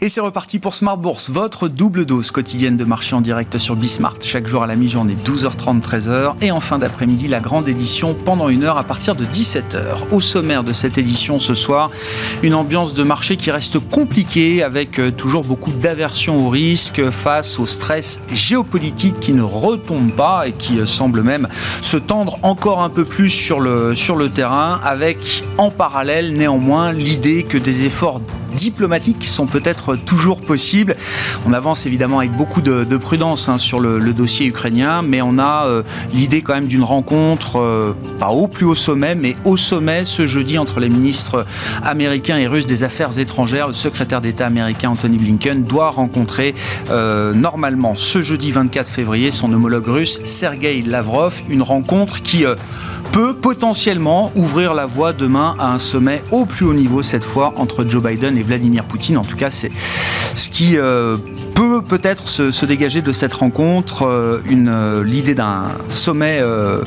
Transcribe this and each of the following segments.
Et c'est reparti pour Smart Bourse, votre double dose quotidienne de marché en direct sur Bismart. Chaque jour à la mi-journée, 12h30, 13h. Et en fin d'après-midi, la grande édition pendant 1 heure à partir de 17h. Au sommaire de cette édition ce soir, une ambiance de marché qui reste compliquée avec toujours beaucoup d'aversion au risque face au stress géopolitique qui ne retombe pas et qui semble même se tendre encore un peu plus sur le terrain, avec en parallèle néanmoins l'idée que des efforts diplomatiques sont peut-être toujours possibles. On avance évidemment avec beaucoup de prudence sur le dossier ukrainien, mais on a l'idée quand même d'une rencontre, pas au plus haut sommet, mais au sommet ce jeudi entre les ministres américains et russes des Affaires étrangères. Le secrétaire d'État américain Antony Blinken doit rencontrer normalement ce jeudi 24 février son homologue russe Sergueï Lavrov, une rencontre qui peut potentiellement ouvrir la voie demain à un sommet au plus haut niveau, cette fois entre Joe Biden et Vladimir Poutine. En tout cas, c'est ce qui peut peut-être se dégager de cette rencontre, l'idée d'un sommet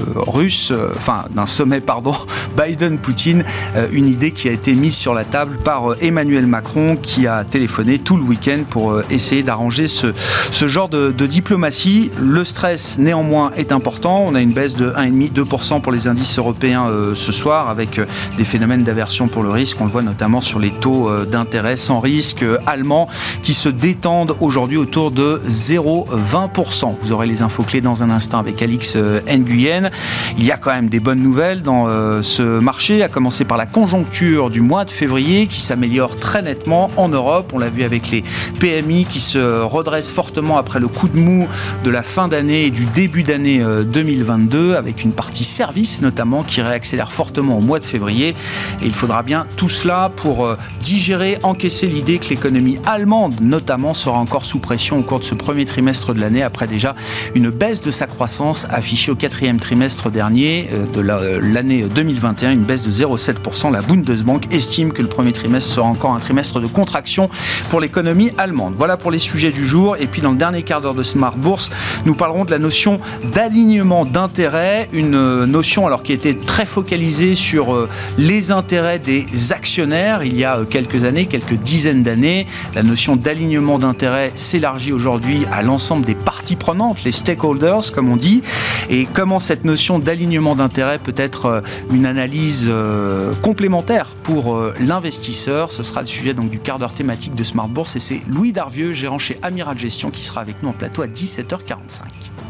Biden-Poutine, une idée qui a été mise sur la table par Emmanuel Macron, qui a téléphoné tout le week-end pour essayer d'arranger ce genre de diplomatie. Le stress, néanmoins, est important. On a une baisse de 1,5-2% pour les indices européens ce soir, avec des phénomènes d'aversion pour le risque. On le voit notamment sur les taux d'intérêt sans risque allemands qui se détendent aujourd'hui autour de 0,20%. Vous aurez les infos clés dans un instant avec Alix Nguyen. Il y a quand même des bonnes nouvelles dans ce marché, à commencer par la conjoncture du mois de février qui s'améliore très nettement en Europe. On l'a vu avec les PMI qui se redressent fortement après le coup de mou de la fin d'année et du début d'année 2022, avec une partie service notamment qui réaccélère fortement au mois de février. Et il faudra bien tout cela pour digérer, encaisser l'idée que l'économie allemande notamment sera encore sous pression au cours de ce premier trimestre de l'année, après déjà une baisse de sa croissance affichée au 4e trimestre dernier de l'année 2021, une baisse de 0,7%. La Bundesbank estime que le premier trimestre sera encore un trimestre de contraction pour l'économie allemande. Voilà pour les sujets du jour. Et puis dans le dernier quart d'heure de Smart Bourse, nous parlerons de la notion d'alignement d'intérêts, une notion alors qui était très focalisée sur les intérêts des actionnaires il y a quelques années, quelques dizaines d'années. La notion d'alignement d'intérêts s'élargit aujourd'hui à l'ensemble des parties prenantes, les stakeholders comme on dit. Et comment cette notion d'alignement d'intérêts peut être une analyse complémentaire pour l'investisseur. Ce sera le sujet donc du quart d'heure thématique de Smart Bourse, et c'est Louis Darvieux, gérant chez Amiral Gestion, qui sera avec nous en plateau à 17h45.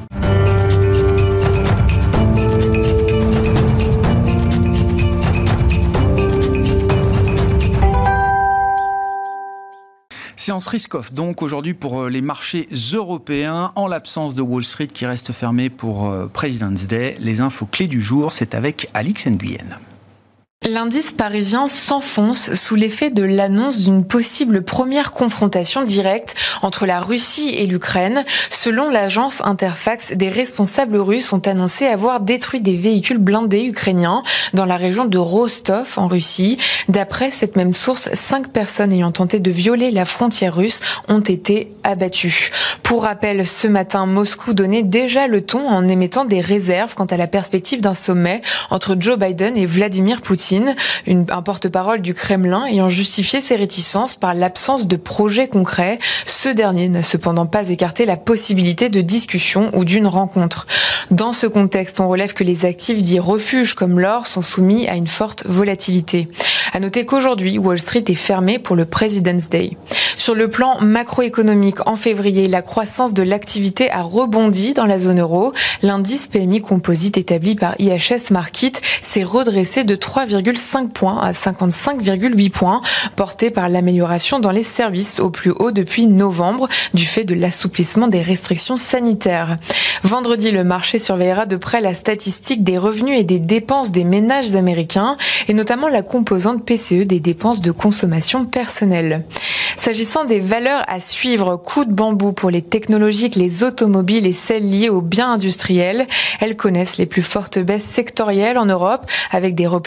Séance risk-off donc aujourd'hui pour les marchés européens en l'absence de Wall Street qui reste fermé pour President's Day. Les infos clés du jour, c'est avec Alix Nguyen. L'indice parisien s'enfonce sous l'effet de l'annonce d'une possible première confrontation directe entre la Russie et l'Ukraine. Selon l'agence Interfax, des responsables russes ont annoncé avoir détruit des véhicules blindés ukrainiens dans la région de Rostov en Russie. D'après cette même source, 5 personnes ayant tenté de violer la frontière russe ont été abattues. Pour rappel, ce matin, Moscou donnait déjà le ton en émettant des réserves quant à la perspective d'un sommet entre Joe Biden et Vladimir Poutine. Un porte-parole du Kremlin ayant justifié ses réticences par l'absence de projet concret. Ce dernier n'a cependant pas écarté la possibilité de discussion ou d'une rencontre. Dans ce contexte, on relève que les actifs dits refuges comme l'or sont soumis à une forte volatilité. À noter qu'aujourd'hui, Wall Street est fermé pour le President's Day. Sur le plan macroéconomique, en février, la croissance de l'activité a rebondi dans la zone euro. L'indice PMI composite établi par IHS Markit s'est redressé de 3,5 points à 55,8 points, porté par l'amélioration dans les services au plus haut depuis novembre, du fait de l'assouplissement des restrictions sanitaires. Vendredi, le marché surveillera de près la statistique des revenus et des dépenses des ménages américains, et notamment la composante PCE des dépenses de consommation personnelle. S'agissant des valeurs à suivre, coup de bambou pour les technologiques, les automobiles et celles liées aux biens industriels. Elles connaissent les plus fortes baisses sectorielles en Europe, avec des replis importants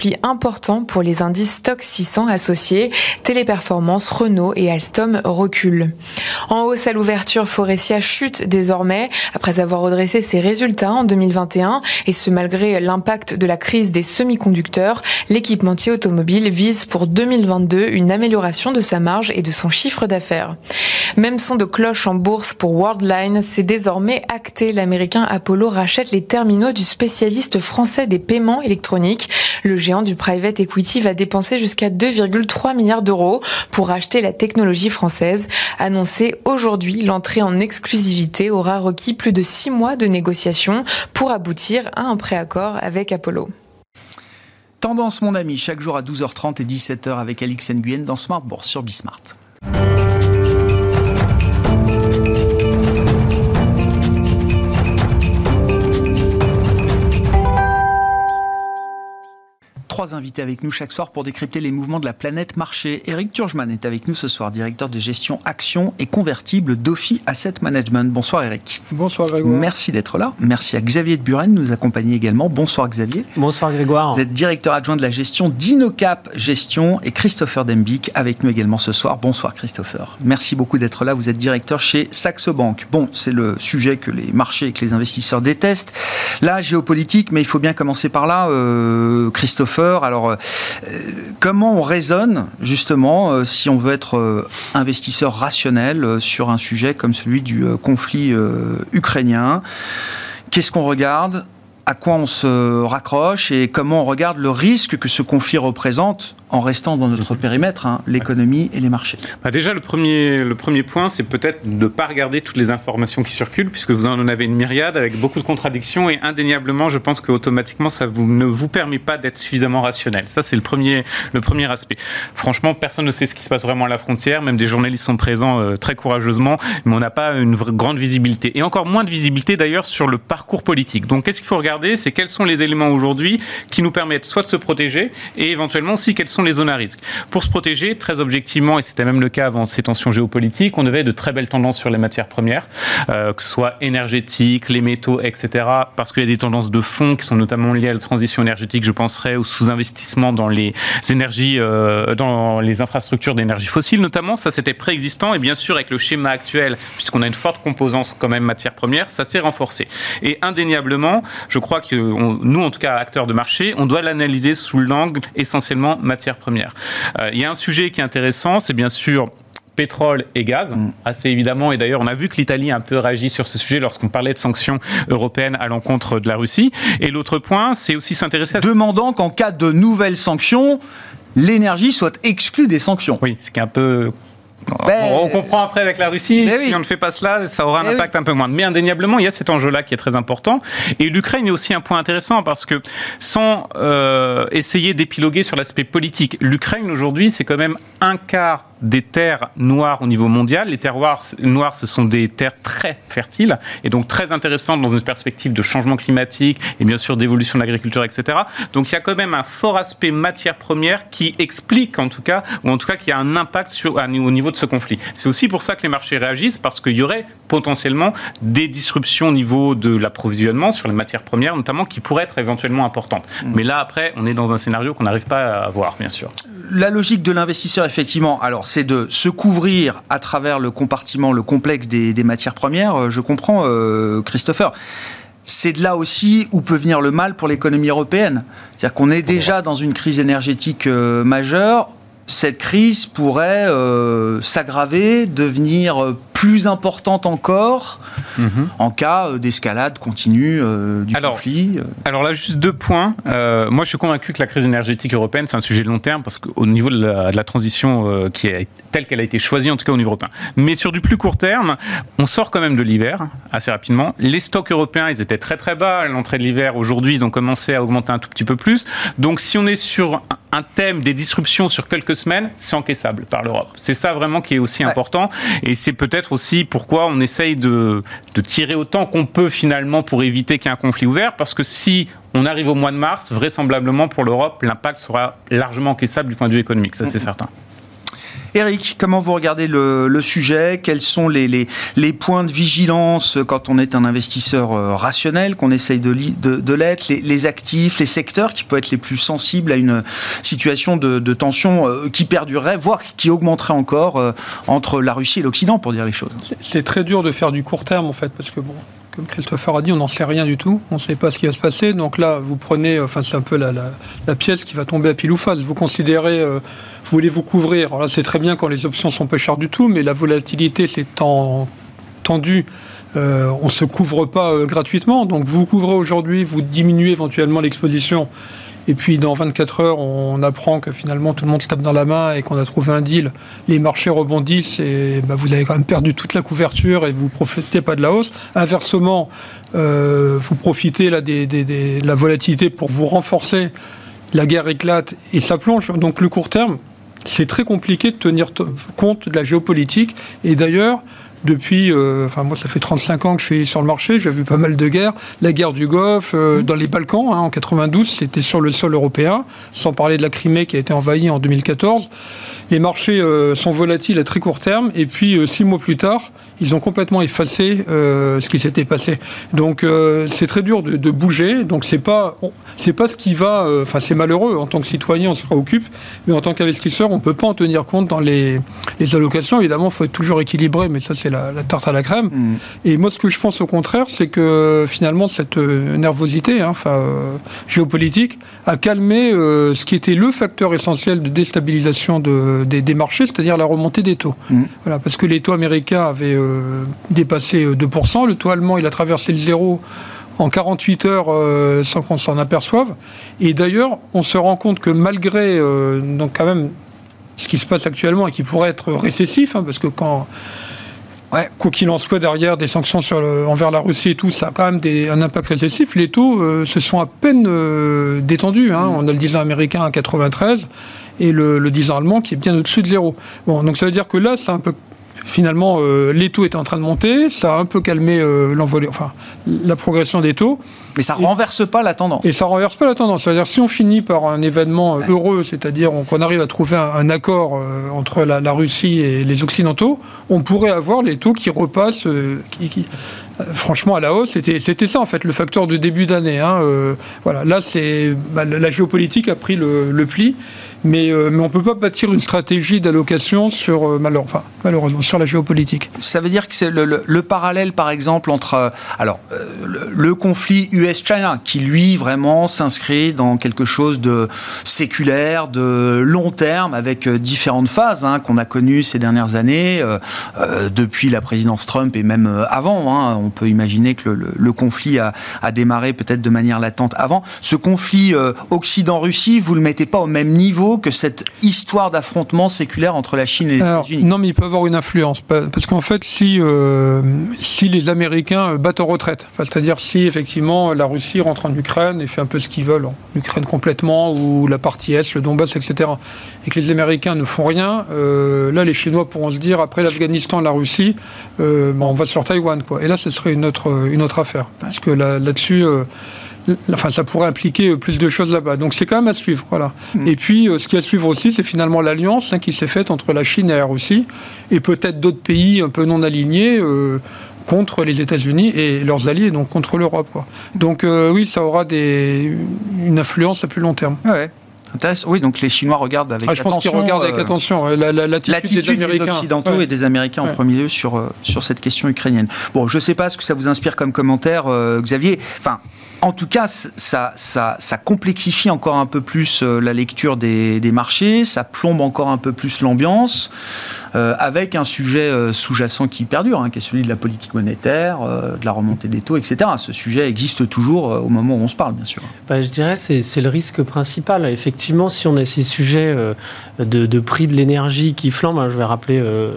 important pour les indices Stoxx 600 associés. Téléperformance, Renault et Alstom reculent. En hausse à l'ouverture, Faurecia chute désormais après avoir redressé ses résultats en 2021 et ce malgré l'impact de la crise des semi-conducteurs. L'équipementier automobile vise pour 2022 une amélioration de sa marge et de son chiffre d'affaires. Même son de cloche en bourse pour Worldline, c'est désormais acté. L'américain Apollo rachète les terminaux du spécialiste français des paiements électroniques. Le géant du private equity va dépenser jusqu'à 2,3 milliards d'euros pour acheter la technologie française. Annoncé aujourd'hui, l'entrée en exclusivité aura requis plus de 6 mois de négociations pour aboutir à un préaccord avec Apollo. Tendance, mon ami, chaque jour à 12h30 et 17h avec Alix Nguyen dans Smart Bourse sur Bismart. Trois invités avec nous chaque soir pour décrypter les mouvements de la planète marché. Éric Turgeman est avec nous ce soir, directeur de gestion actions et convertibles d'Ophi Asset Management. Bonsoir Éric. Bonsoir Grégoire. Merci d'être là. Merci à Xavier de Buren de nous accompagner également. Bonsoir Xavier. Bonsoir Grégoire. Vous êtes directeur adjoint de la gestion d'Inocap Gestion et Christopher Dembick avec nous également ce soir. Bonsoir Christopher. Merci beaucoup d'être là. Vous êtes directeur chez Saxo Bank. Bon, c'est le sujet que les marchés et que les investisseurs détestent. La géopolitique, mais il faut bien commencer par là, Christopher. Alors, comment on raisonne, justement, si on veut être investisseur rationnel sur un sujet comme celui du conflit ukrainien ? Qu'est-ce qu'on regarde ? À quoi on se raccroche et comment on regarde le risque que ce conflit représente en restant dans notre périmètre, l'économie et les marchés. Déjà, le premier point, c'est peut-être de ne pas regarder toutes les informations qui circulent, puisque vous en avez une myriade avec beaucoup de contradictions et indéniablement, je pense qu'automatiquement, ça ne vous permet pas d'être suffisamment rationnel. Ça, c'est le premier aspect. Franchement, personne ne sait ce qui se passe vraiment à la frontière, même des journalistes sont présents très courageusement, mais on n'a pas une grande visibilité. Et encore moins de visibilité d'ailleurs sur le parcours politique. Donc, qu'est-ce qu'il faut regarder ? C'est quels sont les éléments aujourd'hui qui nous permettent soit de se protéger et éventuellement aussi quelles sont les zones à risque. Pour se protéger, très objectivement, et c'était même le cas avant ces tensions géopolitiques, on avait de très belles tendances sur les matières premières, que ce soit énergétiques, les métaux, etc., parce qu'il y a des tendances de fond qui sont notamment liées à la transition énergétique, je penserais, au sous-investissement dans les énergies, dans les infrastructures d'énergie fossile, notamment, ça c'était préexistant, et bien sûr, avec le schéma actuel, puisqu'on a une forte composance quand même matières premières, ça s'est renforcé. Et indéniablement, je crois que nous, en tout cas, acteurs de marché, on doit l'analyser sous l'angle essentiellement matières premières. Il y a un sujet qui est intéressant, c'est bien sûr pétrole et gaz, assez évidemment, et d'ailleurs on a vu que l'Italie a un peu réagi sur ce sujet lorsqu'on parlait de sanctions européennes à l'encontre de la Russie. Et l'autre point, c'est aussi s'intéresser à... Demandant qu'en cas de nouvelles sanctions, l'énergie soit exclue des sanctions. Oui, ce qui est un peu... On comprend après avec la Russie, si on ne fait pas cela, ça aura un impact un peu moindre. Mais indéniablement, il y a cet enjeu-là qui est très important. Et l'Ukraine est aussi un point intéressant parce que sans essayer d'épiloguer sur l'aspect politique, l'Ukraine aujourd'hui, c'est quand même un quart des terres noires au niveau mondial. Les terres noires, ce sont des terres très fertiles et donc très intéressantes dans une perspective de changement climatique et bien sûr d'évolution de l'agriculture, etc. Donc il y a quand même un fort aspect matière première qui explique en tout cas, ou en tout cas qui a un impact au niveau de ce conflit. C'est aussi pour ça que les marchés réagissent, parce qu'il y aurait potentiellement des disruptions au niveau de l'approvisionnement sur les matières premières, notamment, qui pourraient être éventuellement importantes. Mais là, après, on est dans un scénario qu'on n'arrive pas à voir, bien sûr. La logique de l'investisseur, effectivement, alors c'est de se couvrir à travers le compartiment, le complexe des matières premières. Je comprends, Christopher. C'est de là aussi où peut venir le mal pour l'économie européenne. C'est-à-dire qu'on est déjà dans une crise énergétique majeure. Cette crise pourrait s'aggraver, devenir plus importante encore en cas d'escalade continue du conflit. Alors là, juste 2 points. Moi, je suis convaincu que la crise énergétique européenne, c'est un sujet de long terme, parce qu'au niveau de la transition telle qu'elle a été choisie, en tout cas au niveau européen. Mais sur du plus court terme, on sort quand même de l'hiver, assez rapidement. Les stocks européens, ils étaient très très bas à l'entrée de l'hiver. Aujourd'hui, ils ont commencé à augmenter un tout petit peu plus. Donc, si on est sur un thème des disruptions sur quelques semaines, c'est encaissable par l'Europe. C'est ça vraiment qui est aussi important. Et c'est peut-être aussi pourquoi on essaye de tirer autant qu'on peut finalement pour éviter qu'il y ait un conflit ouvert. Parce que si on arrive au mois de mars, vraisemblablement pour l'Europe, l'impact sera largement encaissable du point de vue économique. Ça, c'est certain. Eric, comment vous regardez le sujet? Quels sont les points de vigilance quand on est un investisseur rationnel, qu'on essaye de l'être, les actifs, les secteurs qui peuvent être les plus sensibles à une situation de tension qui perdurerait, voire qui augmenterait encore entre la Russie et l'Occident, pour dire les choses? C'est très dur de faire du court terme, en fait, parce que comme Christopher a dit, on n'en sait rien du tout. On ne sait pas ce qui va se passer. Donc là, vous prenez, c'est un peu la pièce qui va tomber à pile ou face. Vous considérez, vous voulez vous couvrir. Alors là, c'est très bien quand les options sont pas chères du tout, mais la volatilité s'étant tendue, on ne se couvre pas gratuitement. Donc vous couvrez aujourd'hui, vous diminuez éventuellement l'exposition. Et puis dans 24 heures, on apprend que finalement tout le monde se tape dans la main et qu'on a trouvé un deal. Les marchés rebondissent et vous avez quand même perdu toute la couverture et vous ne profitez pas de la hausse. Inversement, vous profitez là, de la volatilité pour vous renforcer. La guerre éclate et ça plonge. Donc le court terme, c'est très compliqué de tenir compte de la géopolitique. Et d'ailleurs, depuis, moi ça fait 35 ans que je suis sur le marché, j'ai vu pas mal de guerres, la guerre du Golfe, dans les Balkans, en 92, c'était sur le sol européen, sans parler de la Crimée qui a été envahie en 2014. Les marchés sont volatiles à très court terme, et puis 6 mois plus tard, ils ont complètement effacé ce qui s'était passé. Donc c'est très dur de bouger, donc c'est pas ce qui va, c'est malheureux, en tant que citoyen on se préoccupe, mais en tant qu'investisseur on peut pas en tenir compte dans les allocations. Évidemment, il faut être toujours équilibré, mais ça c'est la tarte à la crème. Et moi, ce que je pense au contraire, c'est que finalement, cette nervosité géopolitique a calmé ce qui était le facteur essentiel de déstabilisation des marchés, c'est-à-dire la remontée des taux. Voilà, parce que les taux américains avaient dépassé 2%, le taux allemand, il a traversé le zéro en 48 heures sans qu'on s'en aperçoive. Et d'ailleurs, on se rend compte que malgré, donc quand même, ce qui se passe actuellement et qui pourrait être récessif, parce que quoi qu'il en soit, derrière des sanctions envers la Russie et tout, ça a quand même un impact récessif. Les taux se sont à peine détendus. On a le 10 ans américain à 93 et le 10 ans allemand qui est bien au-dessus de zéro. Bon, donc ça veut dire que là, c'est un peu... Finalement, les taux étaient en train de monter, ça a un peu calmé la progression des taux. Mais ça ne renverse pas la tendance. Et ça ne renverse pas la tendance. C'est-à-dire, si on finit par un événement heureux, c'est-à-dire qu'on arrive à trouver un accord entre la Russie et les Occidentaux, on pourrait avoir les taux qui repassent franchement à la hausse. C'était ça, en fait, le facteur de début d'année. Voilà. Là, la géopolitique a pris le pli. Mais on ne peut pas bâtir une stratégie d'allocation malheureusement sur la géopolitique. Ça veut dire que c'est le parallèle, par exemple, entre le conflit US-China, qui lui vraiment s'inscrit dans quelque chose de séculaire, de long terme, avec différentes phases qu'on a connues ces dernières années, depuis la présidence Trump et même avant. On peut imaginer que le conflit a démarré peut-être de manière latente avant. Ce conflit Occident-Russie, vous ne le mettez pas au même niveau que cette histoire d'affrontement séculaire entre la Chine et les États-Unis? Non, mais il peut avoir une influence. Parce qu'en fait, si les Américains battent en retraite, c'est-à-dire si effectivement la Russie rentre en Ukraine et fait un peu ce qu'ils veulent, en Ukraine complètement, ou la partie Est, le Donbass, etc., et que les Américains ne font rien, là les Chinois pourront se dire, après l'Afghanistan et la Russie, on va sur Taïwan, quoi. Et là, ce serait une autre affaire. Parce que là-dessus... ça pourrait impliquer plus de choses là-bas. Donc c'est quand même à suivre. Voilà. Et puis, ce qui est à suivre aussi, c'est finalement l'alliance qui s'est faite entre la Chine et la Russie, et peut-être d'autres pays un peu non alignés contre les États-Unis et leurs alliés, donc contre l'Europe, quoi. Donc oui, ça aura une influence à plus long terme. Ouais. Intéressant. Oui, donc les Chinois regardent avec attention. Je pense qu'ils regardent avec attention l'attitude des Occidentaux et des Américains en premier lieu sur cette question ukrainienne. Bon, je ne sais pas ce que ça vous inspire comme commentaire, Xavier. En tout cas, ça complexifie encore un peu plus la lecture des marchés, ça plombe encore un peu plus l'ambiance, avec un sujet sous-jacent qui perdure, qui est celui de la politique monétaire, de la remontée des taux, etc. Ce sujet existe toujours au moment où on se parle, bien sûr. Je dirais que c'est le risque principal. Effectivement, si on a ces sujets de prix de l'énergie qui flambent, je vais rappeler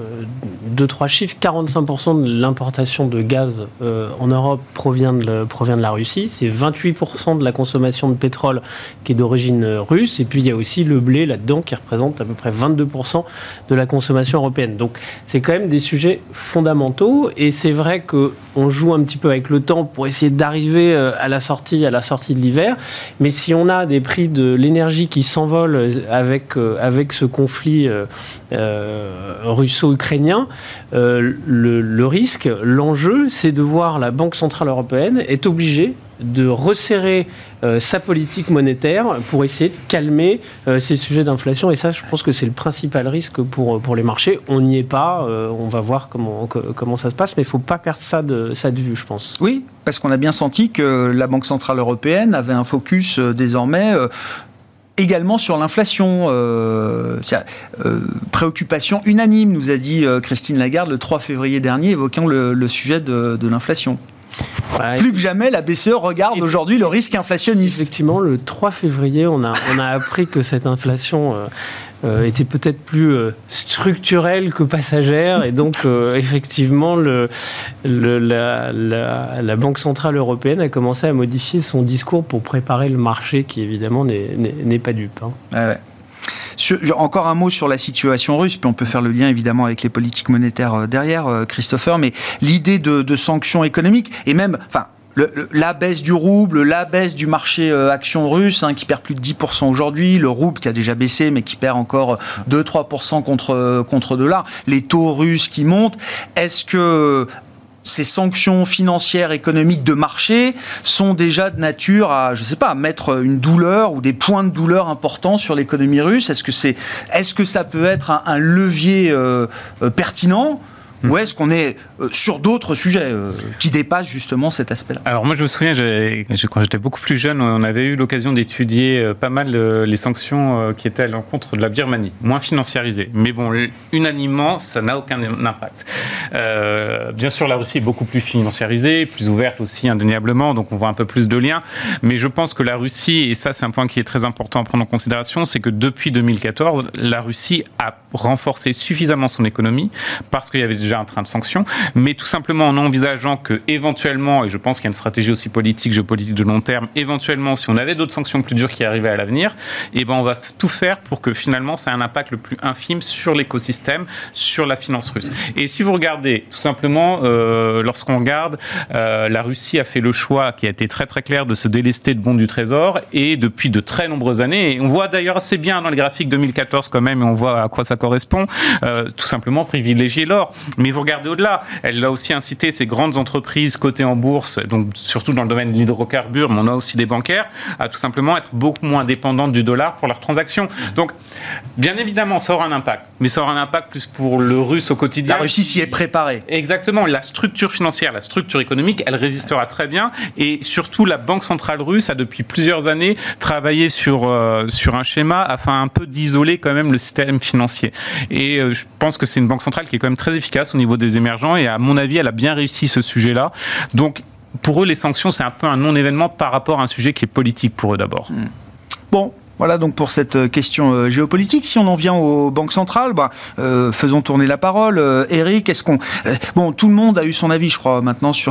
2-3 chiffres. 45% de l'importation de gaz en Europe provient de la Russie. C'est 28% de la consommation de pétrole qui est d'origine russe. Et puis, il y a aussi le blé là-dedans qui représente à peu près 22% de la consommation européenne. européenne. Donc c'est quand même des sujets fondamentaux et c'est vrai qu'on joue un petit peu avec le temps pour essayer d'arriver à la sortie de l'hiver. Mais si on a des prix de l'énergie qui s'envolent avec ce conflit russo-ukrainien, le risque, l'enjeu, c'est de voir la Banque Centrale Européenne est obligée de resserrer sa politique monétaire pour essayer de calmer ces sujets d'inflation. Et ça, je pense que c'est le principal risque pour les marchés. On n'y est pas, on va voir comment ça se passe, mais il ne faut pas perdre ça de vue, je pense. Oui, parce qu'on a bien senti que la Banque Centrale Européenne avait un focus désormais... également sur l'inflation, préoccupation unanime, nous a dit Christine Lagarde le 3 février dernier, évoquant le sujet de l'inflation. Ouais. Plus que jamais, la BCE regarde aujourd'hui le risque inflationniste. Effectivement, le 3 février, on a appris que cette inflation était peut-être plus structurelle que passagère. Et donc, effectivement, la Banque Centrale Européenne a commencé à modifier son discours pour préparer le marché qui, évidemment, n'est pas dupe. Hein. Ah ouais. Encore un mot sur la situation russe, puis on peut faire le lien évidemment avec les politiques monétaires derrière, Christopher, mais l'idée de sanctions économiques, et même, la baisse du rouble, la baisse du marché action russe, qui perd plus de 10% aujourd'hui, le rouble qui a déjà baissé, mais qui perd encore 2-3% contre dollar, les taux russes qui montent, est-ce que ces sanctions financières, économiques de marché sont déjà de nature à, je sais pas, mettre une douleur ou des points de douleur importants sur l'économie russe? Est-ce que ça peut être un levier pertinent? Ou est-ce qu'on est sur d'autres sujets qui dépassent justement cet aspect-là? Alors moi je me souviens, quand j'étais beaucoup plus jeune, on avait eu l'occasion d'étudier pas mal les sanctions qui étaient à l'encontre de la Birmanie, moins financiarisées. Mais bon, unanimement, ça n'a aucun impact. Bien sûr, la Russie est beaucoup plus financiarisée, plus ouverte aussi indéniablement, donc on voit un peu plus de liens. Mais je pense que la Russie, et ça c'est un point qui est très important à prendre en considération, c'est que depuis 2014, la Russie a renforcé suffisamment son économie, parce qu'il y avait déjà un train de sanctions, mais tout simplement en envisageant que éventuellement, et je pense qu'il y a une stratégie aussi politique, géopolitique de long terme, éventuellement, si on avait d'autres sanctions plus dures qui arrivaient à l'avenir, on va tout faire pour que finalement ça ait un impact le plus infime sur l'écosystème, sur la finance russe. Et si vous regardez, tout simplement, lorsqu'on regarde, la Russie a fait le choix qui a été très très clair de se délester de bons du Trésor, et depuis de très nombreuses années, et on voit d'ailleurs assez bien dans le graphique 2014 quand même, et on voit à quoi ça correspond, tout simplement privilégier l'or. Mais vous regardez au-delà, elle a aussi incité ces grandes entreprises cotées en bourse, donc surtout dans le domaine de l'hydrocarbure, mais on a aussi des bancaires, à tout simplement être beaucoup moins dépendantes du dollar pour leurs transactions. Donc, bien évidemment, ça aura un impact, mais ça aura un impact plus pour le russe au quotidien. La Russie s'y est préparée. Exactement, la structure financière, la structure économique, elle résistera très bien, et surtout la Banque centrale russe a depuis plusieurs années travaillé sur un schéma afin un peu d'isoler quand même le système financier. Et je pense que c'est une banque centrale qui est quand même très efficace au niveau des émergents, et à mon avis elle a bien réussi ce sujet-là. Donc pour eux les sanctions c'est un peu un non-événement par rapport à un sujet qui est politique pour eux d'abord. Bon, voilà donc pour cette question géopolitique. Si on en vient aux banques centrales, faisons tourner la parole. Eric, tout le monde a eu son avis, je crois, maintenant sur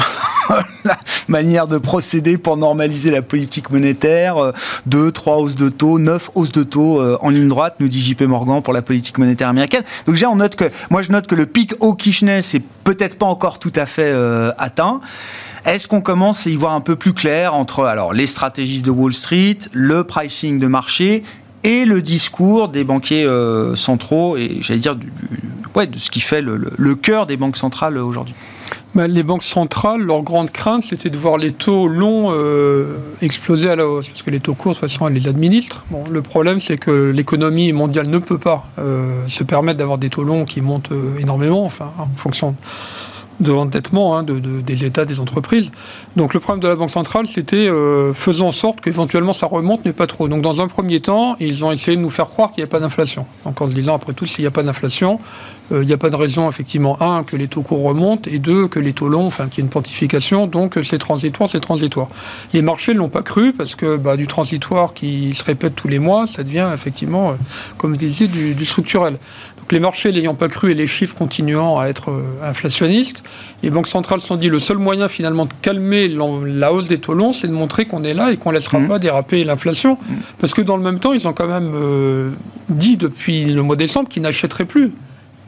la manière de procéder pour normaliser la politique monétaire. 2, 3 hausses de taux, 9 hausses de taux en ligne droite, nous dit JP Morgan pour la politique monétaire américaine. Donc déjà, je note que le pic hawkishness n'est peut-être pas encore tout à fait atteint. Est-ce qu'on commence à y voir un peu plus clair entre les stratégies de Wall Street, le pricing de marché et le discours des banquiers centraux et j'allais dire de ce qui fait le cœur des banques centrales aujourd'hui? Les banques centrales, leur grande crainte, c'était de voir les taux longs exploser à la hausse, parce que les taux courts, de toute façon, elles les administrent. Bon, le problème, c'est que l'économie mondiale ne peut pas se permettre d'avoir des taux longs qui montent énormément, en fonction de l'endettement des États, des entreprises. Donc le problème de la Banque centrale, c'était faisant en sorte qu'éventuellement ça remonte, mais pas trop. Donc dans un premier temps, ils ont essayé de nous faire croire qu'il n'y a pas d'inflation. Donc en se disant, après tout, s'il n'y a pas d'inflation, il n'y a pas de raison, effectivement, que les taux courts remontent, et 2, que les taux longs, qu'il y ait une pontification, donc c'est transitoire. Les marchés ne l'ont pas cru, parce que du transitoire qui se répète tous les mois, ça devient effectivement, comme vous disiez, du structurel. Donc les marchés l'ayant pas cru et les chiffres continuant à être inflationnistes, les banques centrales se sont dit le seul moyen finalement de calmer la hausse des taux longs, c'est de montrer qu'on est là et qu'on ne laissera pas déraper l'inflation. Parce que dans le même temps, ils ont quand même dit depuis le mois de décembre qu'ils n'achèteraient plus.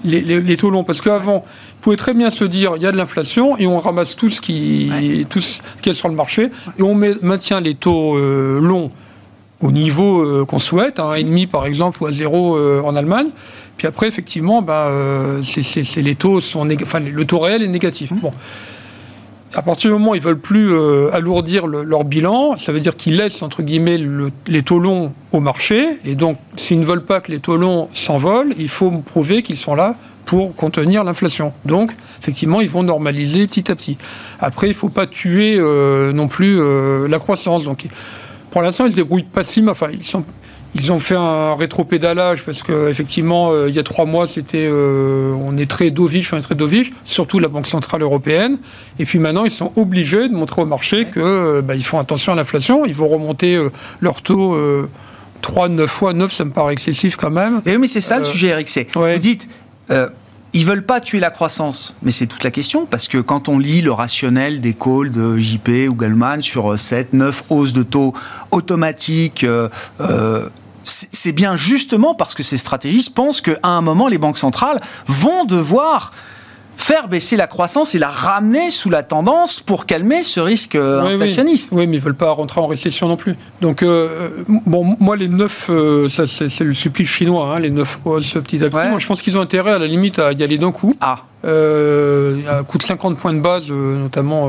les taux longs. Parce qu'avant, vous pouvez très bien se dire, il y a de l'inflation et on ramasse tout ce qui est sur le marché et on maintient les taux longs au niveau qu'on souhaite, à 1,5 par exemple ou à 0 en Allemagne. Puis après, effectivement, les taux sont le taux réel est négatif. Bon. À partir du moment où ils ne veulent plus alourdir leur bilan, ça veut dire qu'ils laissent, entre guillemets, les taux longs au marché. Et donc, s'ils ne veulent pas que les taux longs s'envolent, il faut prouver qu'ils sont là pour contenir l'inflation. Donc, effectivement, ils vont normaliser petit à petit. Après, il ne faut pas tuer non plus la croissance. Donc, pour l'instant, ils se débrouillent pas si mal. Enfin, ils ont fait un rétropédalage parce qu'effectivement, il y a 3 mois, on est très dovish, surtout la Banque Centrale Européenne. Et puis maintenant, ils sont obligés de montrer au marché qu'ils font attention à l'inflation. Ils vont remonter leur taux 9 fois 9, ça me paraît excessif quand même. Et oui, mais c'est ça le sujet, Eric. Vous dites... ils veulent pas tuer la croissance, mais c'est toute la question, parce que quand on lit le rationnel des calls de JP ou Goldman sur 7, 9 hausses de taux automatiques, c'est bien justement parce que ces stratégistes pensent qu'à un moment, les banques centrales vont devoir faire baisser la croissance et la ramener sous la tendance pour calmer ce risque inflationniste. Oui, mais ils ne veulent pas rentrer en récession non plus. Donc, moi, les 9, ça, c'est le supplice chinois, les 9 hausses petit à petit. Moi, je pense qu'ils ont intérêt, à la limite, à y aller d'un coup. À coup de 50 points de base, notamment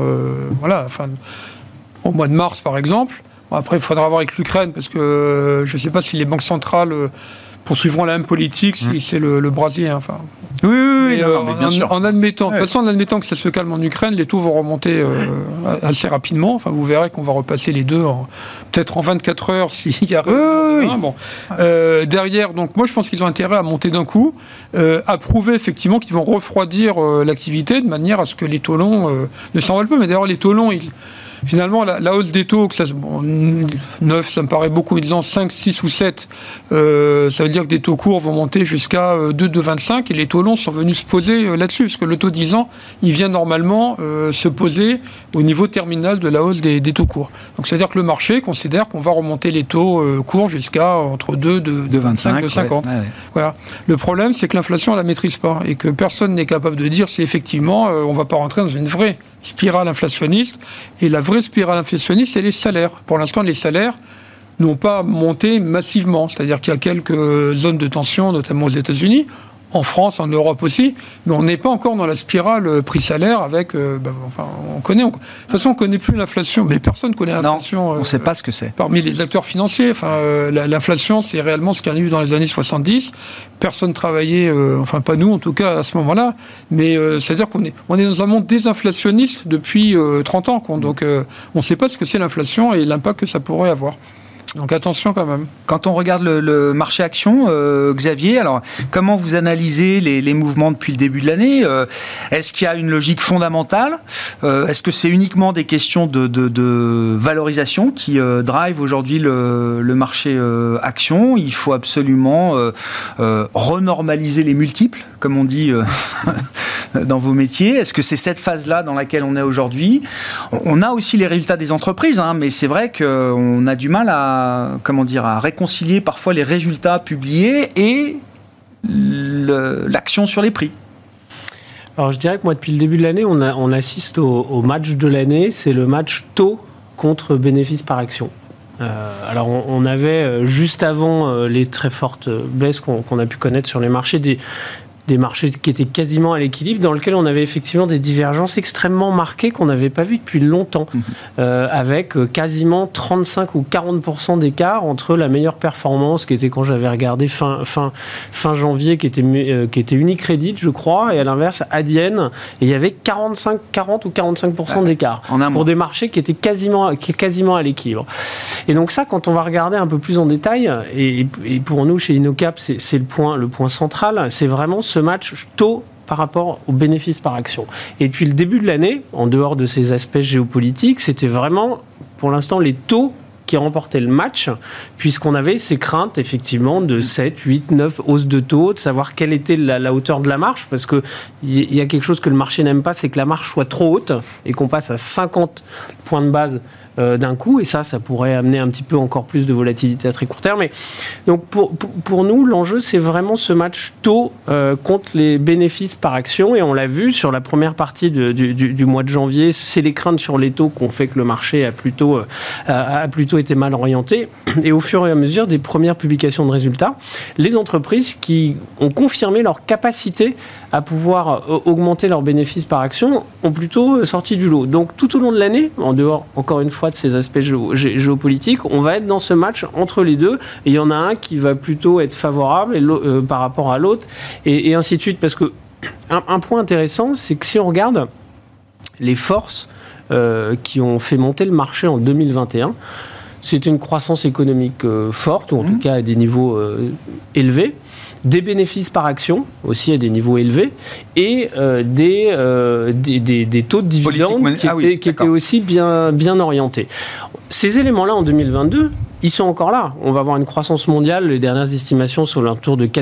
au mois de mars, par exemple. Bon, après, il faudra voir avec l'Ukraine, parce que je ne sais pas si les banques centrales poursuivront la même politique, si c'est le Brésil. Oui, mais bien sûr. En admettant, de toute façon, en admettant que ça se calme en Ukraine, les taux vont remonter assez rapidement. Enfin, vous verrez qu'on va repasser les deux peut-être en 24 heures s'il y a... derrière, donc moi je pense qu'ils ont intérêt à monter d'un coup, à prouver effectivement qu'ils vont refroidir l'activité de manière à ce que les taux longs ne s'envolent pas. Mais d'ailleurs, les taux longs, finalement, la hausse des taux, 9, ça me paraît beaucoup, mais disons 5, 6 ou 7, ça veut dire que des taux courts vont monter jusqu'à 2,25 et les taux longs sont venus se poser là-dessus, parce que le taux 10 ans, il vient normalement se poser au niveau terminal de la hausse des taux courts. Donc, c'est-à-dire que le marché considère qu'on va remonter les taux courts jusqu'à entre 2,25, 2,50. Voilà. Le problème, c'est que l'inflation, on ne la maîtrise pas et que personne n'est capable de dire si effectivement, on ne va pas rentrer dans une vraie spirale inflationniste. Et la vraie spirale inflationniste, c'est les salaires. Pour l'instant, les salaires n'ont pas monté massivement. C'est-à-dire qu'il y a quelques zones de tension, notamment aux États-Unis, en France, en Europe aussi, mais on n'est pas encore dans la spirale prix-salaire avec... on connaît... de toute façon, on ne connaît plus l'inflation, mais personne ne connaît l'inflation. Non, on ne sait pas ce que c'est. Parmi les acteurs financiers, l'inflation, c'est réellement ce qu'il y a eu dans les années 70. Personne ne travaillait, pas nous en tout cas, à ce moment-là, mais c'est-à-dire qu'on est dans un monde désinflationniste depuis 30 ans. Donc, on ne sait pas ce que c'est l'inflation et l'impact que ça pourrait avoir. Donc attention quand même. Quand on regarde le marché action, Xavier, alors comment vous analysez les mouvements depuis le début de l'année ? Est-ce qu'il y a une logique fondamentale ? Est-ce que c'est uniquement des questions de valorisation qui drive aujourd'hui le marché action ? Il faut absolument renormaliser les multiples, comme on dit dans vos métiers. Est-ce que c'est cette phase-là dans laquelle on est aujourd'hui ? On a aussi les résultats des entreprises, mais c'est vrai qu'on a du mal à réconcilier parfois les résultats publiés et l'action sur les prix. Alors je dirais que moi depuis le début de l'année, on assiste au match de l'année, c'est le match taux contre bénéfice par action. Alors on avait juste avant les très fortes baisses qu'on a pu connaître sur les marchés des marchés qui étaient quasiment à l'équilibre, dans lesquels on avait effectivement des divergences extrêmement marquées qu'on n'avait pas vues depuis longtemps, avec quasiment 35 ou 40% d'écart entre la meilleure performance, qui était quand j'avais regardé fin janvier, qui était Unicredit, je crois, et à l'inverse, Adyen, et il y avait 40 ou 45% d'écart, pour des marchés qui étaient quasiment à l'équilibre. Et donc ça, quand on va regarder un peu plus en détail, et pour nous, chez InnoCap, c'est le point central, c'est vraiment ce match taux par rapport aux bénéfices par action. Et depuis le début de l'année, en dehors de ces aspects géopolitiques, c'était vraiment, pour l'instant, les taux qui remportaient le match, puisqu'on avait ces craintes, effectivement, de 7, 8, 9 hausses de taux, de savoir quelle était la hauteur de la marge, parce qu'il y a quelque chose que le marché n'aime pas, c'est que la marge soit trop haute, et qu'on passe à 50 points de base d'un coup, et ça pourrait amener un petit peu encore plus de volatilité à très court terme. Mais, donc pour nous, l'enjeu, c'est vraiment ce match taux contre les bénéfices par action, et on l'a vu sur la première partie du mois de janvier, c'est les craintes sur les taux qui ont fait que le marché a plutôt été mal orienté, et au fur et à mesure des premières publications de résultats, les entreprises qui ont confirmé leur capacité à pouvoir augmenter leurs bénéfices par action ont plutôt sorti du lot. Donc tout au long de l'année, en dehors encore une fois de ces aspects géopolitiques, on va être dans ce match entre les deux, et il y en a un qui va plutôt être favorable par rapport à l'autre, et ainsi de suite. Parce que un point intéressant, c'est que si on regarde les forces qui ont fait monter le marché en 2021, c'est une croissance économique forte, ou en tout cas à des niveaux élevés, des bénéfices par action aussi à des niveaux élevés, et des taux de dividendes qui étaient aussi bien orientés. Ces éléments-là en 2022, ils sont encore là. On va avoir une croissance mondiale, les dernières estimations sont autour de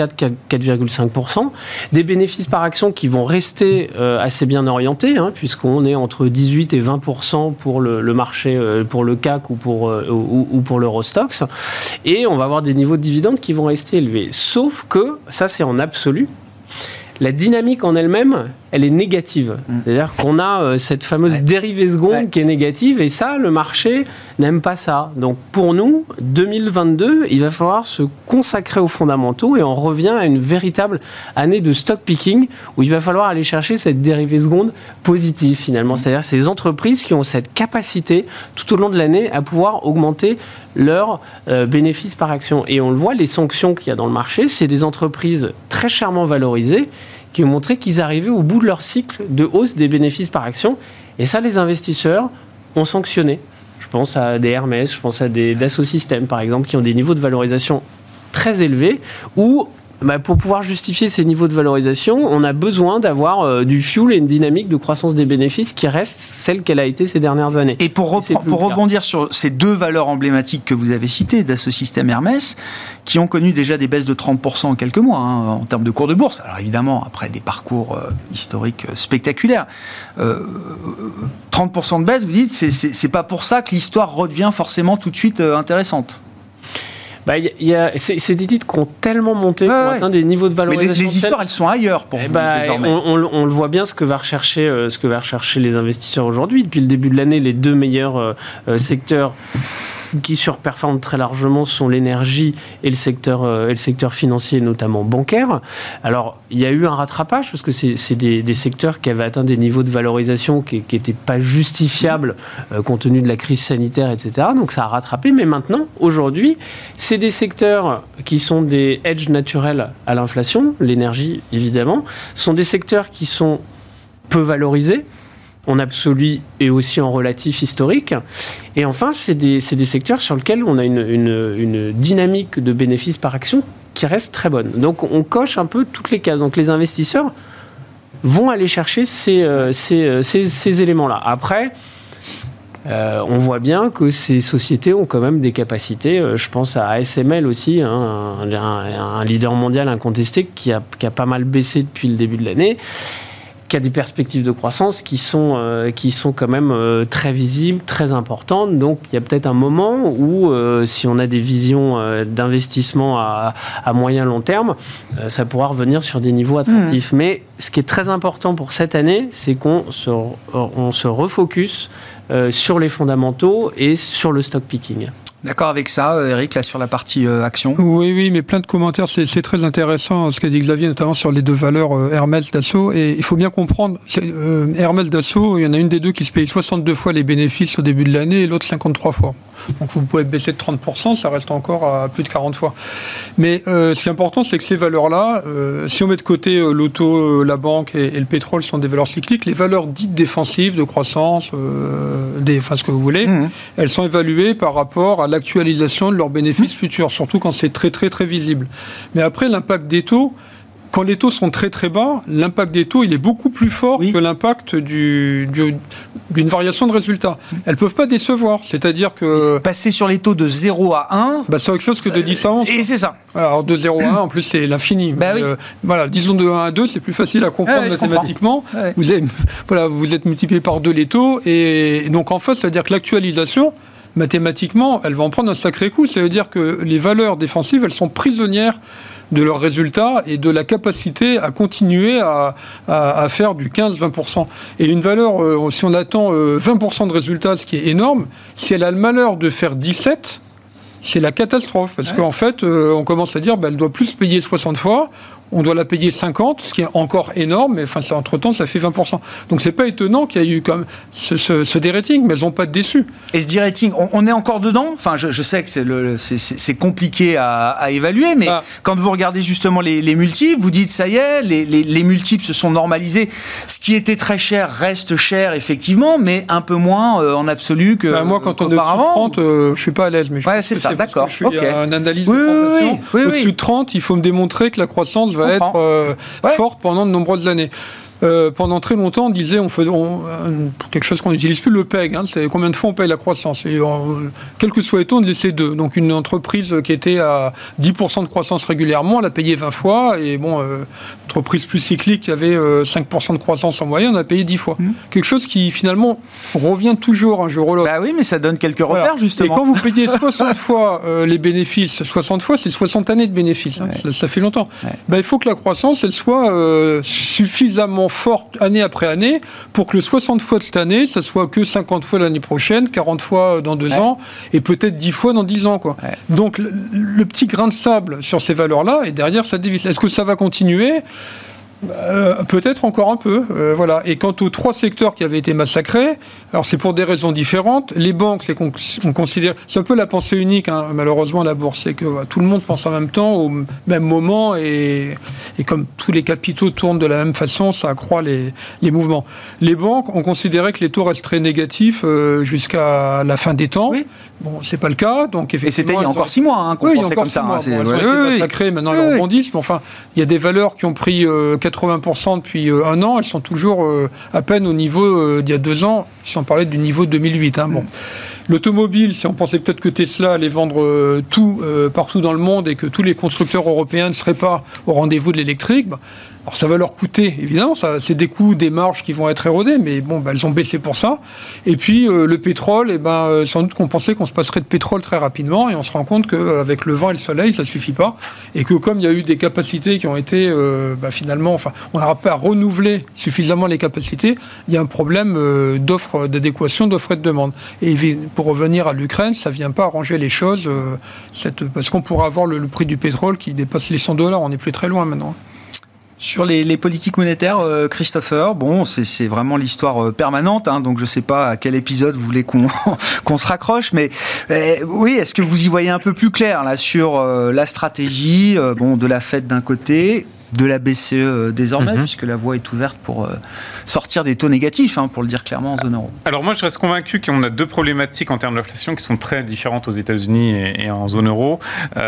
4,4-4,5%. Des bénéfices par action qui vont rester assez bien orientés, puisqu'on est entre 18 et 20% pour le marché, pour le CAC ou pour l'Eurostoxx. Et on va avoir des niveaux de dividendes qui vont rester élevés. Sauf que, ça c'est en absolu, la dynamique en elle-même, elle est négative. C'est-à-dire qu'on a cette fameuse dérivée seconde qui est négative, et ça, le marché n'aime pas ça. Donc pour nous, 2022, il va falloir se consacrer aux fondamentaux, et on revient à une véritable année de stock picking, où il va falloir aller chercher cette dérivée seconde positive finalement. C'est-à-dire ces entreprises qui ont cette capacité tout au long de l'année à pouvoir augmenter leurs bénéfices par action. Et on le voit, les sanctions qu'il y a dans le marché, c'est des entreprises très chèrement valorisées qui ont montré qu'ils arrivaient au bout de leur cycle de hausse des bénéfices par action. Et ça, les investisseurs ont sanctionné. Je pense à des Hermès, je pense à des Dassault Systèmes, par exemple, qui ont des niveaux de valorisation très élevés, où pour pouvoir justifier ces niveaux de valorisation, on a besoin d'avoir du fuel et une dynamique de croissance des bénéfices qui reste celle qu'elle a été ces dernières années. Et pour rebondir sur ces deux valeurs emblématiques que vous avez citées, Dassault Systèmes, Hermès, qui ont connu déjà des baisses de 30% en quelques mois en termes de cours de bourse. Alors évidemment, après des parcours historiques spectaculaires, 30% de baisse, vous dites, c'est pas pour ça que l'histoire redevient forcément tout de suite intéressante. C'est des titres qui ont tellement monté, qui ont atteint des niveaux de valorisation. Mais les histoires, elles sont ailleurs pour vous, désormais. On le voit bien, ce que va rechercher les investisseurs aujourd'hui. Depuis le début de l'année, les deux meilleurs secteurs qui surperforment très largement sont l'énergie et le secteur financier, notamment bancaire. Alors, il y a eu un rattrapage, parce que c'est des secteurs qui avaient atteint des niveaux de valorisation qui n'étaient pas justifiables compte tenu de la crise sanitaire, etc. Donc, ça a rattrapé. Mais maintenant, aujourd'hui, c'est des secteurs qui sont des hedges naturels à l'inflation. L'énergie, évidemment. Sont des secteurs qui sont peu valorisés, en absolu et aussi en relatif historique. Et enfin, c'est des secteurs sur lesquels on a une dynamique de bénéfices par action qui reste très bonne. Donc on coche un peu toutes les cases. Donc les investisseurs vont aller chercher ces éléments-là. Après, on voit bien que ces sociétés ont quand même des capacités. Je pense à ASML aussi, un leader mondial incontesté qui a pas mal baissé depuis le début de l'année, qui a des perspectives de croissance qui sont quand même très visibles, très importantes. Donc il y a peut-être un moment où, si on a des visions d'investissement à moyen long terme, ça pourra revenir sur des niveaux attractifs. Mais ce qui est très important pour cette année, c'est qu'on se refocus sur les fondamentaux et sur le stock picking. D'accord avec ça, Eric, là sur la partie action? Oui, mais plein de commentaires, c'est très intéressant ce qu'a dit Xavier, notamment sur les deux valeurs Hermès, Dassault. Et il faut bien comprendre, Hermès, Dassault, il y en a une des deux qui se paye 62 fois les bénéfices au début de l'année et l'autre 53 fois. Donc vous pouvez baisser de 30%, ça reste encore à plus de 40 fois. Mais ce qui est important, c'est que ces valeurs-là, si on met de côté l'auto, la banque et le pétrole sont des valeurs cycliques, les valeurs dites défensives, de croissance, ce que vous voulez, elles sont évaluées par rapport à l'actualisation de leurs bénéfices futurs, surtout quand c'est très très très visible. Mais après, l'impact des taux, quand les taux sont très très bas, l'impact des taux il est beaucoup plus fort que l'impact d'une variation de résultat. Elles ne peuvent pas décevoir, c'est-à-dire que... Passer sur les taux de 0 à 1... c'est autre chose que de 10 à 11. Et c'est ça. Alors de 0 à 1, en plus c'est l'infini. Disons de 1 à 2, c'est plus facile à comprendre mathématiquement. Vous êtes multiplié par 2 les taux, et donc en fait, ça veut dire que l'actualisation, mathématiquement, elle va en prendre un sacré coup. Ça veut dire que les valeurs défensives, elles sont prisonnières de leurs résultats et de la capacité à continuer à faire du 15-20%. Et une valeur, si on attend 20% de résultats, ce qui est énorme, si elle a le malheur de faire 17, c'est la catastrophe. Parce qu'en fait, on commence à dire elle doit plus payer 60 fois, on doit la payer 50, ce qui est encore énorme, mais entre-temps, ça fait 20%. Donc, c'est pas étonnant qu'il y ait eu comme ce dérating, mais elles n'ont pas déçu. Et ce dérating, on est encore dedans ? Enfin, je sais que c'est compliqué à évaluer, mais quand vous regardez justement les multiples, vous dites, ça y est, les multiples se sont normalisés. Ce qui était très cher reste cher, effectivement, mais un peu moins en absolu que moi, quand on est au-dessus de 30, je suis pas à l'aise. Mais c'est ça, d'accord. Je suis un analyse de transaction. Au-dessus de 30, il faut me démontrer que la croissance va être forte pendant de nombreuses années. Pendant très longtemps, on disait, quelque chose qu'on n'utilise plus, le PEG, c'est combien de fois on paye la croissance. Et quel que soit les taux, on disait 2. Donc une entreprise qui était à 10% de croissance régulièrement, elle a payé 20 fois. Et entreprise plus cyclique qui avait 5% de croissance en moyenne, on a payé 10 fois. Quelque chose qui finalement revient toujours un jour ou l'autre. Oui, mais ça donne quelques repères, justement. Et quand vous payez 60 fois les bénéfices, 60 fois, c'est 60 années de bénéfices. Ça fait longtemps. Il faut que la croissance, elle soit suffisamment forte année après année pour que le 60 fois de cette année, ça soit que 50 fois l'année prochaine, 40 fois dans 2 ans et peut-être 10 fois dans 10 ans. Donc le petit grain de sable sur ces valeurs-là, et derrière ça dévisse. Est-ce que ça va continuer ? Peut-être encore un peu, voilà. Et quant aux 3 secteurs qui avaient été massacrés, alors c'est pour des raisons différentes. Les banques, c'est qu'on considère, c'est un peu la pensée unique, malheureusement, la bourse, c'est que tout le monde pense en même temps, au même moment, et comme tous les capitaux tournent de la même façon, ça accroît les mouvements. Les banques, on considérait que les taux resteraient négatifs jusqu'à la fin des temps. Oui. Bon, c'est pas le cas, donc effectivement. Et c'était il y a encore 6 mois qu'on pensait comme ça. Elles ont été massacrées, maintenant elles rebondissent, mais enfin, il y a des valeurs qui ont pris 80% depuis 1 an, elles sont toujours à peine au niveau d'il y a 2 ans, si on parlait du niveau 2008. L'automobile, si on pensait peut-être que Tesla allait vendre tout partout dans le monde et que tous les constructeurs européens ne seraient pas au rendez-vous de l'électrique, alors ça va leur coûter, évidemment, c'est des coûts, des marges qui vont être érodés, mais elles ont baissé pour ça. Et puis le pétrole, sans doute qu'on pensait qu'on se passerait de pétrole très rapidement, et on se rend compte qu'avec le vent et le soleil, ça ne suffit pas, et que comme il y a eu des capacités qui ont été finalement, on n'aura pas renouvelé suffisamment les capacités, il y a un problème d'adéquation d'offre et de demande. Et pour revenir à l'Ukraine, ça ne vient pas arranger les choses, parce qu'on pourra avoir le prix du pétrole qui dépasse les $100, on n'est plus très loin maintenant. Sur les politiques monétaires, Christopher, c'est vraiment l'histoire permanente, donc je ne sais pas à quel épisode vous voulez qu'on se raccroche, mais oui, est-ce que vous y voyez un peu plus clair là, sur la stratégie de la Fed d'un côté, de la BCE désormais, puisque la voie est ouverte pour sortir des taux négatifs, pour le dire clairement, en zone euro. Alors moi, je reste convaincu qu'on a 2 problématiques en termes d'inflation qui sont très différentes aux États-Unis et en zone euro.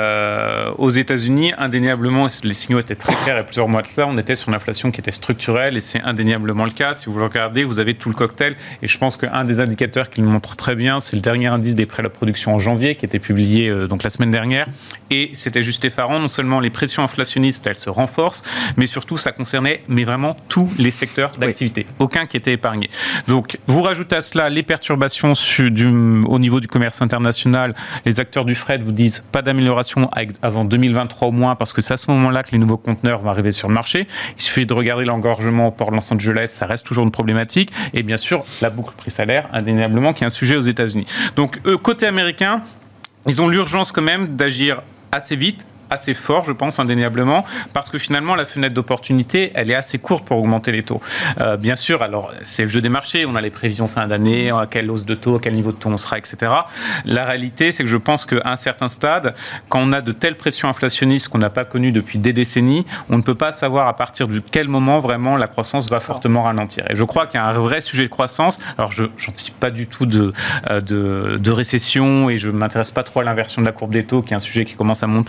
Aux États-Unis, indéniablement, les signaux étaient très clairs il y a plusieurs mois de cela, on était sur une inflation qui était structurelle, et c'est indéniablement le cas. Si vous le regardez, vous avez tout le cocktail, et je pense qu'un des indicateurs qui le montre très bien, c'est le dernier indice des prêts à la production en janvier, qui était publié donc la semaine dernière, et c'était juste effarant. Non seulement les pressions inflationnistes, elles se renforcent, mais surtout ça concernait vraiment tous les secteurs d'activité, aucun qui était épargné. Donc vous rajoutez à cela les perturbations au niveau du commerce international, les acteurs du fret vous disent pas d'amélioration avant 2023 au moins, parce que c'est à ce moment-là que les nouveaux conteneurs vont arriver sur le marché. Il suffit de regarder l'engorgement au port de Los Angeles, ça reste toujours une problématique, et bien sûr la boucle prix-salaire, indéniablement, qui est un sujet aux États-Unis. Donc côté américain, ils ont l'urgence quand même d'agir assez vite, assez fort, je pense, indéniablement, parce que finalement, la fenêtre d'opportunité, elle est assez courte pour augmenter les taux. Bien sûr, alors, c'est le jeu des marchés, on a les prévisions fin d'année, à quelle hausse de taux, à quel niveau de taux on sera, etc. La réalité, c'est que je pense qu'à un certain stade, quand on a de telles pressions inflationnistes qu'on n'a pas connues depuis des décennies, on ne peut pas savoir à partir de quel moment, vraiment, la croissance va fortement ralentir. Et je crois qu'il y a un vrai sujet de croissance. Alors, je n'anticipe pas du tout de récession, et je ne m'intéresse pas trop à l'inversion de la courbe des taux, qui est un sujet qui commence à monter.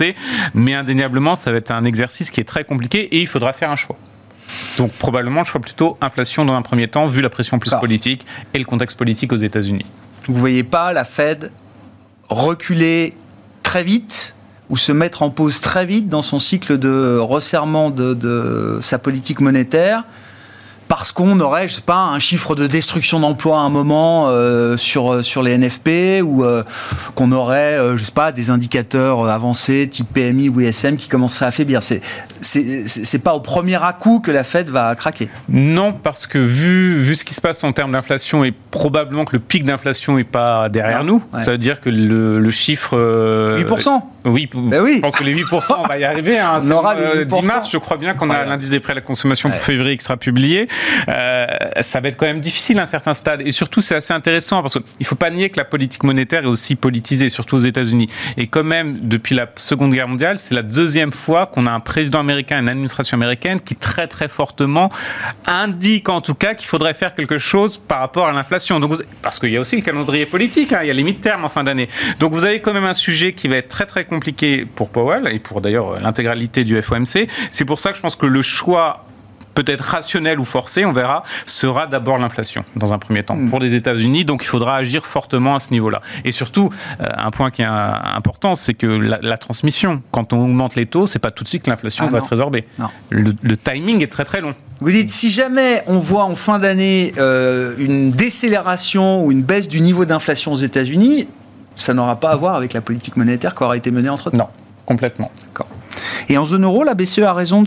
Mais indéniablement, ça va être un exercice qui est très compliqué et il faudra faire un choix. Donc probablement le choix plutôt inflation dans un premier temps, vu la pression plus politique et le contexte politique aux États-Unis. Vous ne voyez pas la Fed reculer très vite ou se mettre en pause très vite dans son cycle de resserrement de sa politique monétaire parce qu'on aurait, je sais pas, un chiffre de destruction d'emplois à un moment sur les NFP ou qu'on aurait, je sais pas, des indicateurs avancés type PMI ou ISM qui commenceraient à faiblir. C'est pas au premier à-coup que la Fed va craquer. Non, parce que vu ce qui se passe en termes d'inflation et probablement que le pic d'inflation n'est pas derrière nous, ça veut dire que le chiffre... 8%. Oui, je pense que les 8%, on va y arriver. On aura les 10 mars, je crois bien qu'on a l'indice des prix à la consommation pour février qui sera publié. Ça va être quand même difficile à un certain stade. Et surtout, c'est assez intéressant parce qu'il ne faut pas nier que la politique monétaire est aussi politisée, surtout aux États-Unis. Et quand même, depuis la Seconde Guerre mondiale, c'est la deuxième fois qu'on a un président américain et une administration américaine qui très très fortement indique en tout cas qu'il faudrait faire quelque chose par rapport à l'inflation. Donc, parce qu'il y a aussi le calendrier politique, il y a les mi-termes en fin d'année. Donc vous avez quand même un sujet qui va être très très compliqué pour Powell et pour d'ailleurs l'intégralité du FOMC. C'est pour ça que je pense que le choix peut-être rationnel ou forcé, on verra, sera d'abord l'inflation dans un premier temps pour les États-Unis. Donc il faudra agir fortement à ce niveau-là. Et surtout, un point qui est important, c'est que la transmission, quand on augmente les taux, c'est pas tout de suite que l'inflation va se résorber. Le timing est très très long. Vous dites, si jamais on voit en fin d'année une décélération ou une baisse du niveau d'inflation aux États-Unis, ça n'aura pas à voir avec la politique monétaire qui aura été menée entre-temps. Non, complètement. D'accord. Et en zone euro, la BCE a raison de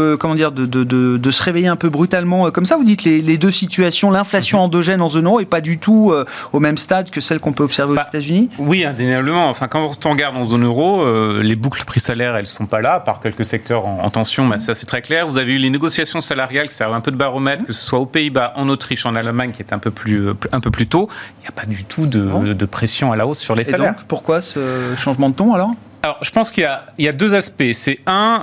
se réveiller un peu brutalement comme ça. Vous dites les deux situations, l'inflation endogène en zone euro n'est pas du tout au même stade que celle qu'on peut observer aux États-Unis. Oui, indéniablement. Enfin, quand on regarde en zone euro, les boucles prix-salaires, elles sont pas là, par quelques secteurs en tension. Mais ça, c'est très clair. Vous avez eu les négociations salariales qui servent un peu de baromètre, que ce soit aux Pays-Bas, en Autriche, en Allemagne, qui est un peu plus tôt. Il n'y a pas du tout de pression à la hausse sur les salaires. Et donc, pourquoi ce changement de ton alors ? Alors, je pense qu'il y a deux aspects. C'est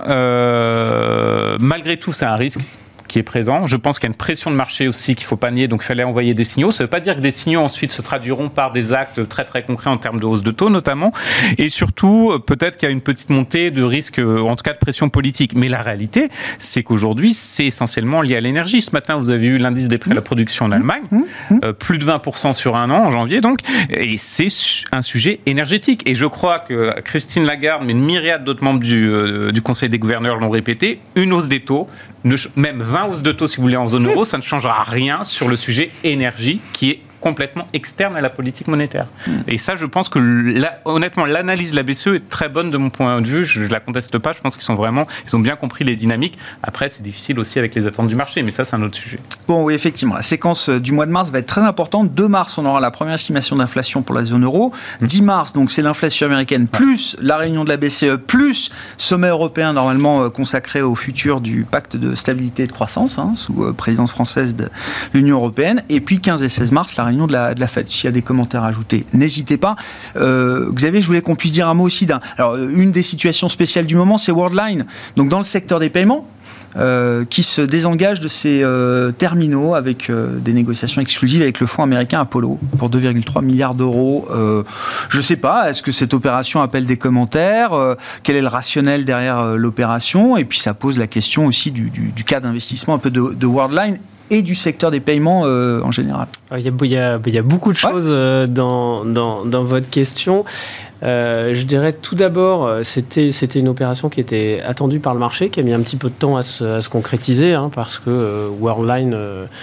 malgré tout, c'est un risque qui est présent. Je pense qu'il y a une pression de marché aussi qu'il ne faut pas nier, donc il fallait envoyer des signaux. Ça ne veut pas dire que des signaux ensuite se traduiront par des actes très très concrets en termes de hausse de taux notamment. Et surtout, peut-être qu'il y a une petite montée de risque, en tout cas de pression politique. Mais la réalité, c'est qu'aujourd'hui, c'est essentiellement lié à l'énergie. Ce matin, vous avez eu l'indice des prix à la production en Allemagne, plus de 20% sur un an en janvier, donc. Et c'est un sujet énergétique. Et je crois que Christine Lagarde, mais une myriade d'autres membres du Conseil des gouverneurs l'ont répété, une hausse des taux, même 20 hausses de taux si vous voulez en zone euro, ça ne changera rien sur le sujet énergie qui est complètement externe à la politique monétaire. Et ça, je pense que, honnêtement, l'analyse de la BCE est très bonne de mon point de vue. Je ne la conteste pas. Je pense qu'ils ont bien compris les dynamiques. Après, c'est difficile aussi avec les attentes du marché, mais ça, c'est un autre sujet. Bon, oui, effectivement. La séquence du mois de mars va être très importante. 2 mars, on aura la première estimation d'inflation pour la zone euro. 10 mars, donc c'est l'inflation américaine, plus la réunion de la BCE, plus sommet européen, normalement consacré au futur du pacte de stabilité et de croissance, sous présidence française de l'Union européenne. Et puis, 15 et 16 mars, la réunion de la Fed. S'il y a des commentaires à ajouter, n'hésitez pas. Xavier, je voulais qu'on puisse dire un mot aussi alors, une des situations spéciales du moment, c'est Worldline. Donc, dans le secteur des paiements, qui se désengage de ses terminaux avec des négociations exclusives avec le fonds américain Apollo pour 2,3 milliards d'euros. Je ne sais pas, est-ce que cette opération appelle des commentaires ? Quel est le rationnel derrière l'opération ? Et puis ça pose la question aussi du cas d'investissement un peu de Worldline et du secteur des paiements en général. Il y a beaucoup de choses dans votre question. Je dirais tout d'abord, c'était une opération qui était attendue par le marché, qui a mis un petit peu de temps à se concrétiser, parce que Worldline,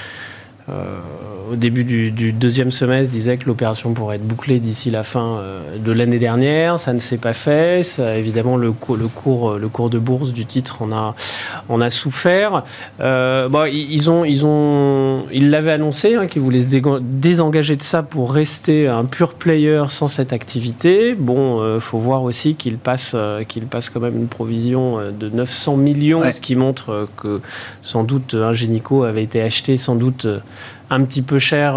au début du deuxième semestre, disait que l'opération pourrait être bouclée d'ici la fin de l'année dernière. Ça ne s'est pas fait. Ça, évidemment, le cours de bourse du titre en a souffert. Ils l'avaient annoncé, qu'ils voulaient se désengager de ça pour rester un pure player sans cette activité. Bon, faut voir aussi qu'ils passent quand même une provision de 900 millions, ce qui montre que sans doute Ingenico avait été acheté sans doute un petit peu cher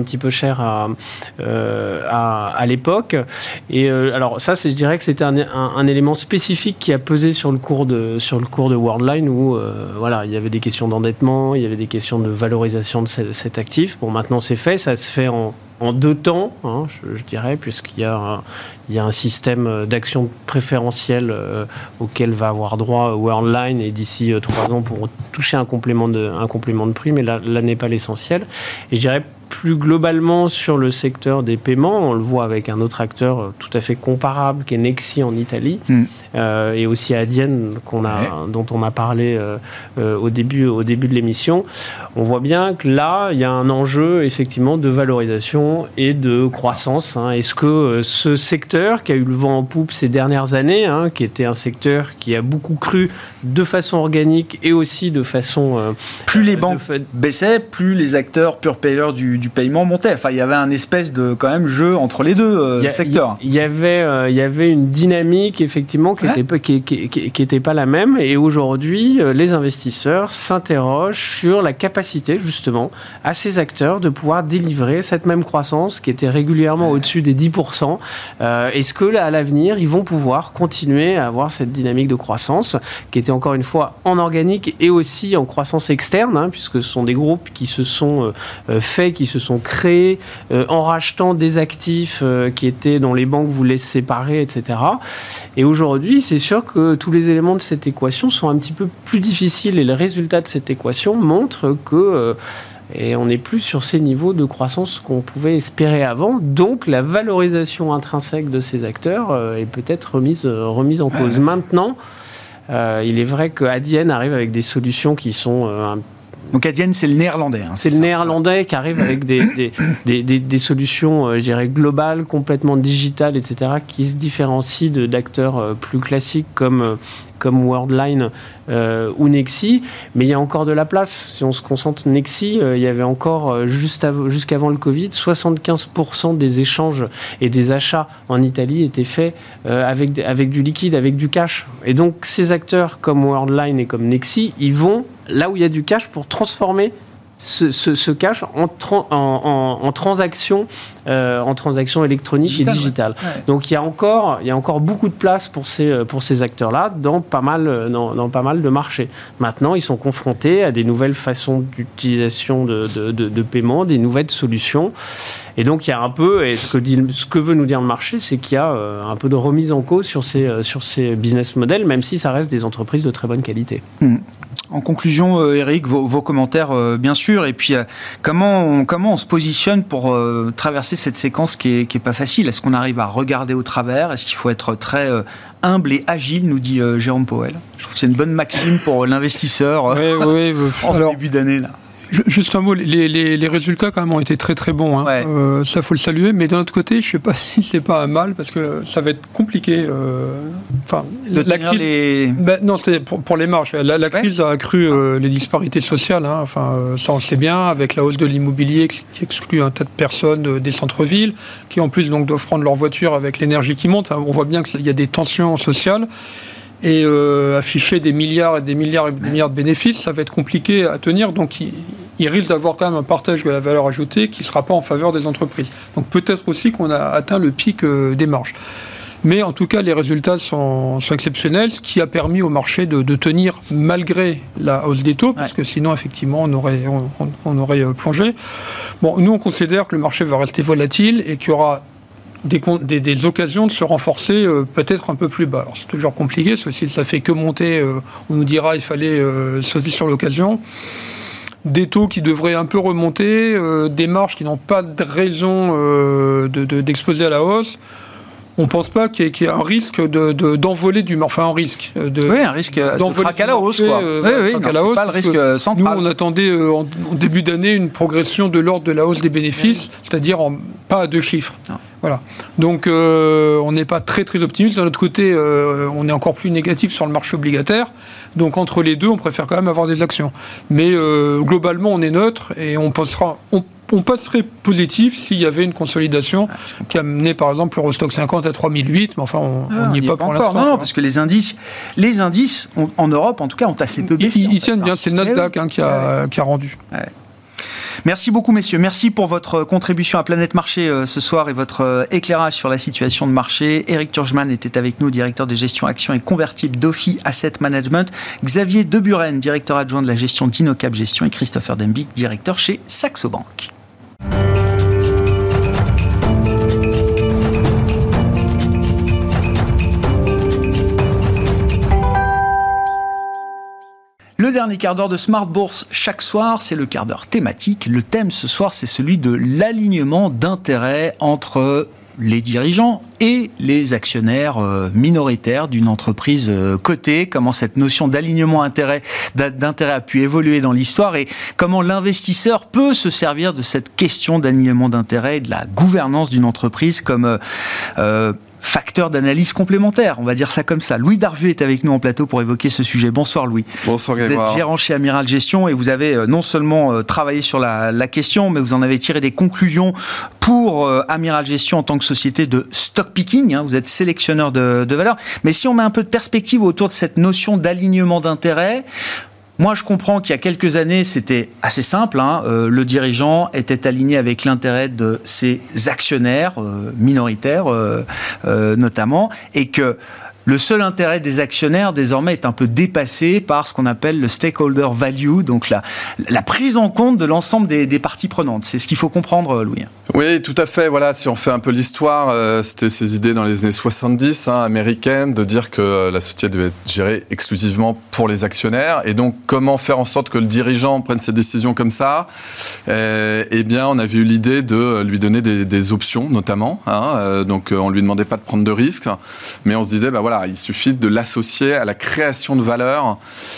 à l'époque. Et alors ça, je dirais que c'était un élément spécifique qui a pesé sur le cours de Worldline où il y avait des questions d'endettement, il y avait des questions de valorisation de cet actif. Bon, maintenant c'est fait, ça se fait en en deux temps, hein, je dirais, puisqu'il y a un système d'action préférentielle auquel va avoir droit Worldline et d'ici 3 ans pour toucher un complément de prix, mais là n'est pas l'essentiel. Et je dirais plus globalement sur le secteur des paiements, on le voit avec un autre acteur tout à fait comparable qui est Nexi en Italie et aussi Adyen dont on a parlé au début de l'émission. On voit bien que là, il y a un enjeu effectivement de valorisation et de croissance. Est-ce que ce secteur qui a eu le vent en poupe ces dernières années, qui était un secteur qui a beaucoup cru de façon organique et aussi de façon... plus les banques baissaient, plus les acteurs pure payeurs du paiement montaient. Enfin, il y avait un espèce de quand même jeu entre les deux secteurs. Il y avait une dynamique effectivement qui était pas la même. Et aujourd'hui, les investisseurs s'interrogent sur la capacité justement à ces acteurs de pouvoir délivrer cette même croissance qui était régulièrement au-dessus des 10%. Est-ce que là, à l'avenir, ils vont pouvoir continuer à avoir cette dynamique de croissance qui était encore une fois en organique et aussi en croissance externe, puisque ce sont des groupes qui se sont qui se sont créés en rachetant des actifs dont les banques voulaient se séparer, etc. Et aujourd'hui, c'est sûr que tous les éléments de cette équation sont un petit peu plus difficiles et le résultat de cette équation montre que et on n'est plus sur ces niveaux de croissance qu'on pouvait espérer avant. Donc, la valorisation intrinsèque de ces acteurs est peut-être remise en cause. Maintenant, il est vrai que Adyen arrive avec des solutions qui sont donc Adyen, c'est le néerlandais. C'est le néerlandais qui arrive avec des solutions, je dirais, globales, complètement digitales, etc., qui se différencient d'acteurs plus classiques comme Worldline ou Nexi. Mais il y a encore de la place. Si on se concentre Nexi, il y avait encore, jusqu'avant le Covid, 75% des échanges et des achats en Italie étaient faits avec du liquide, avec du cash. Et donc, ces acteurs comme Worldline et comme Nexi, ils vont là où il y a du cash pour transformer ce cash en transaction électronique et digitale. Ouais. Donc il y a encore beaucoup de place pour ces acteurs-là dans pas mal de marchés. Maintenant, ils sont confrontés à des nouvelles façons d'utilisation de paiement, des nouvelles solutions. Et donc il y a un peu, et ce que veut nous dire le marché, c'est qu'il y a un peu de remise en cause sur ces business models, même si ça reste des entreprises de très bonne qualité. En conclusion, Eric, vos commentaires, bien sûr, et puis comment on se positionne pour traverser cette séquence qui est pas facile. Est-ce qu'on arrive à regarder au travers? Est-ce qu'il faut être très humble et agile, nous dit Jérôme Powell? Je trouve que c'est une bonne maxime pour l'investisseur en ce début d'année là. Juste un mot, les résultats quand même ont été très très bons. Ça faut le saluer, mais d'un autre côté, je ne sais pas si c'est pas un mal parce que ça va être compliqué. La crise. Non, c'était pour les marges. La crise a accru les disparités sociales. Ça on sait bien, avec la hausse de l'immobilier qui exclut un tas de personnes des centres-villes, qui en plus donc doivent prendre leur voiture avec l'énergie qui monte. On voit bien qu'il y a des tensions sociales. Et afficher des milliards et des milliards et des milliards de bénéfices, ça va être compliqué à tenir. Donc, il risque d'avoir quand même un partage de la valeur ajoutée qui ne sera pas en faveur des entreprises. Donc, peut-être aussi qu'on a atteint le pic des marges. Mais en tout cas, les résultats sont exceptionnels, ce qui a permis au marché de tenir malgré la hausse des taux, parce que sinon, effectivement, on aurait plongé. Bon, nous, on considère que le marché va rester volatile et qu'il y aura des occasions de se renforcer peut-être un peu plus bas. Alors c'est toujours compliqué, si ça fait que monter, on nous dira il fallait sauter sur l'occasion. Des taux qui devraient un peu remonter, des marges qui n'ont pas de raison d'exploser à la hausse. On ne pense pas qu'il y ait un risque d'envoler du marché. Enfin, un risque. Un risque de craquer à la hausse, quoi. C'est pas le risque central. Nous, on attendait en début d'année une progression de l'ordre de la hausse des bénéfices, c'est-à-dire pas à 2 chiffres. Non. Voilà. Donc, on n'est pas très, très optimiste. D'un autre côté, on est encore plus négatif sur le marché obligataire. Donc, entre les deux, on préfère quand même avoir des actions. Mais globalement, on est neutre et on passerait positif s'il y avait une consolidation qui amenait par exemple l'Eurostoxx 50 à 3008, mais enfin on n'y est pas pour l'instant. Non, parce que les indices en Europe en tout cas ont assez peu baissé. Ils tiennent bien, c'est le Nasdaq qui a rendu. Ouais. Merci beaucoup messieurs, merci pour votre contribution à Planète Marché ce soir et votre éclairage sur la situation de marché. Eric Turgeman était avec nous, directeur des gestions actions et convertibles d'Ophi Asset Management, Xavier Deburen, directeur adjoint de la gestion d'Inocap Gestion et Christopher Dembick, directeur chez Saxo Bank. Le dernier quart d'heure de Smart Bourse chaque soir, c'est le quart d'heure thématique. Le thème ce soir, c'est celui de l'alignement d'intérêts entre les dirigeants et les actionnaires minoritaires d'une entreprise cotée, comment cette notion d'alignement d'intérêt a pu évoluer dans l'histoire et comment l'investisseur peut se servir de cette question d'alignement d'intérêt et de la gouvernance d'une entreprise comme facteur d'analyse complémentaire, on va dire ça comme ça. Louis Darvieux est avec nous en plateau pour évoquer ce sujet. Bonsoir Louis. Bonsoir Grégoire. Vous êtes gérant chez Amiral Gestion et vous avez non seulement travaillé sur la question, mais vous en avez tiré des conclusions pour Amiral Gestion en tant que société de stock picking. Vous êtes sélectionneur de valeur. Mais si on met un peu de perspective autour de cette notion d'alignement d'intérêt, moi, je comprends qu'il y a quelques années, c'était assez simple. Le dirigeant était aligné avec l'intérêt de ses actionnaires minoritaires, notamment, et que le seul intérêt des actionnaires, désormais, est un peu dépassé par ce qu'on appelle le stakeholder value, donc la prise en compte de l'ensemble des parties prenantes. C'est ce qu'il faut comprendre, Louis. Oui, tout à fait. Voilà, si on fait un peu l'histoire, c'était ces idées dans les années 70, américaines, de dire que la société devait être gérée exclusivement pour les actionnaires. Et donc, comment faire en sorte que le dirigeant prenne ses décisions comme ça ? Eh bien, on avait eu l'idée de lui donner des options, notamment. Donc, on ne lui demandait pas de prendre de risques, mais on se disait, voilà, il suffit de l'associer à la création de valeur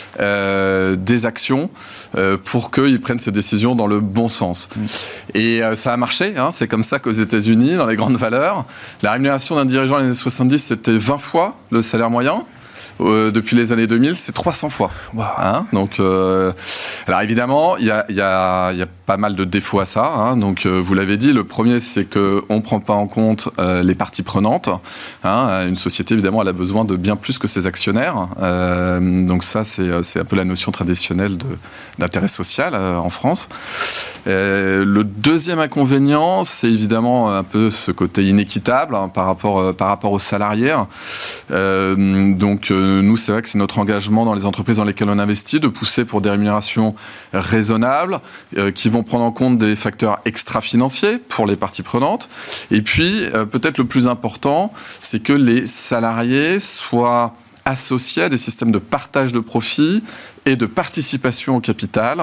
des actions pour qu'il prenne ses décisions dans le bon sens. Et ça a marché, c'est comme ça qu'aux États-Unis, dans les grandes valeurs, la rémunération d'un dirigeant dans les années 70, c'était 20 fois le salaire moyen. Depuis les années 2000, c'est 300 fois. Wow. Donc, alors évidemment, il y a pas mal de défauts à ça. Donc, vous l'avez dit, le premier, c'est qu'on ne prend pas en compte les parties prenantes. Une société, évidemment, elle a besoin de bien plus que ses actionnaires. Donc ça, c'est un peu la notion traditionnelle d'intérêt social en France. Le deuxième inconvénient, c'est évidemment un peu ce côté inéquitable par rapport aux salariés. Donc, nous, c'est vrai que c'est notre engagement dans les entreprises dans lesquelles on investit de pousser pour des rémunérations raisonnables qui vont prendre en compte des facteurs extra-financiers pour les parties prenantes. Et puis, peut-être le plus important, c'est que les salariés soient associés à des systèmes de partage de profits et de participation au capital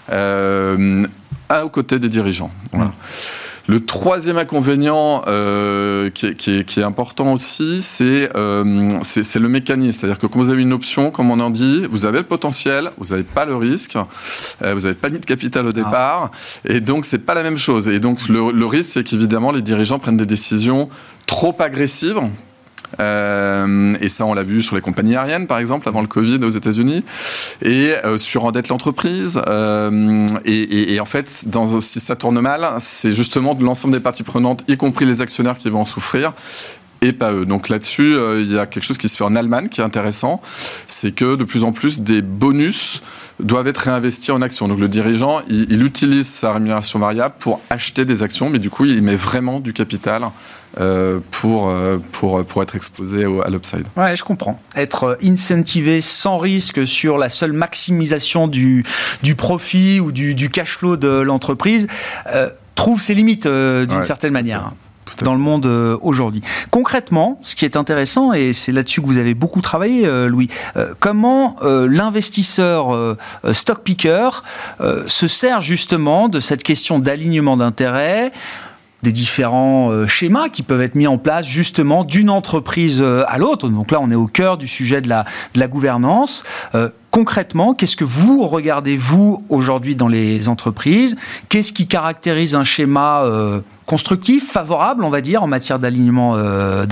aux côtés des dirigeants. Voilà. Le troisième inconvénient qui est important aussi, c'est le mécanisme. C'est-à-dire que quand vous avez une option, comme on en dit, vous avez le potentiel, vous n'avez pas le risque, vous n'avez pas mis de capital au départ, et donc c'est pas la même chose. Et donc le risque, c'est qu'évidemment les dirigeants prennent des décisions trop agressives. Et ça, on l'a vu sur les compagnies aériennes, par exemple, avant le Covid aux États-Unis, et surendettent l'entreprise. Et en fait, si ça tourne mal, c'est justement de l'ensemble des parties prenantes, y compris les actionnaires, qui vont en souffrir. Et pas eux. Donc là-dessus, il y a quelque chose qui se fait en Allemagne qui est intéressant, c'est que de plus en plus des bonus doivent être réinvestis en actions. Donc le dirigeant, il utilise sa rémunération variable pour acheter des actions, mais du coup, il met vraiment du capital pour être exposé à l'upside. Ouais, je comprends. Être incentivé sans risque sur la seule maximisation du profit ou du cash flow de l'entreprise trouve ses limites d'une certaine manière. Dans le monde aujourd'hui. Concrètement, ce qui est intéressant, et c'est là-dessus que vous avez beaucoup travaillé, Louis, comment l'investisseur stock picker se sert justement de cette question d'alignement d'intérêts, des différents schémas qui peuvent être mis en place justement d'une entreprise à l'autre. Donc là, on est au cœur du sujet de la gouvernance. Concrètement, qu'est-ce que vous regardez, vous, aujourd'hui dans les entreprises ? Qu'est-ce qui caractérise un schéma constructif, favorable, on va dire, en matière d'alignement d'intérêts ?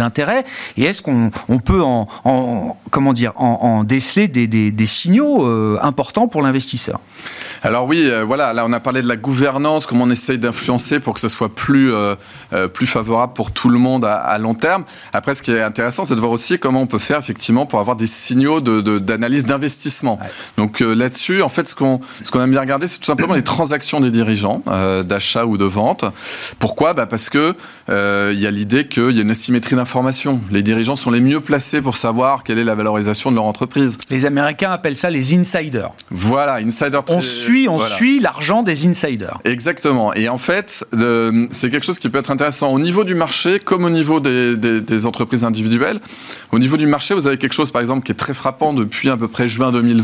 Et est-ce qu'on peut en déceler des signaux importants pour l'investisseur ? Alors oui, voilà, là on a parlé de la gouvernance, comment on essaye d'influencer pour que ça soit plus favorable pour tout le monde à long terme. Après, ce qui est intéressant, c'est de voir aussi comment on peut faire effectivement pour avoir des signaux d'analyse d'investissement. Ouais. Donc là-dessus, en fait, ce qu'on aime bien regarder, c'est tout simplement les transactions des dirigeants, d'achat ou de vente. Pourquoi ? Parce que il y a l'idée qu'il y a une asymétrie d'information. Les dirigeants sont les mieux placés pour savoir quelle est la valorisation de leur entreprise. Les Américains appellent ça les insiders. Voilà, insider. On suit l'argent des insiders. Exactement. Et en fait, c'est quelque chose qui peut être intéressant au niveau du marché comme au niveau des entreprises individuelles. Au niveau du marché, vous avez quelque chose, par exemple, qui est très frappant depuis à peu près juin 2020.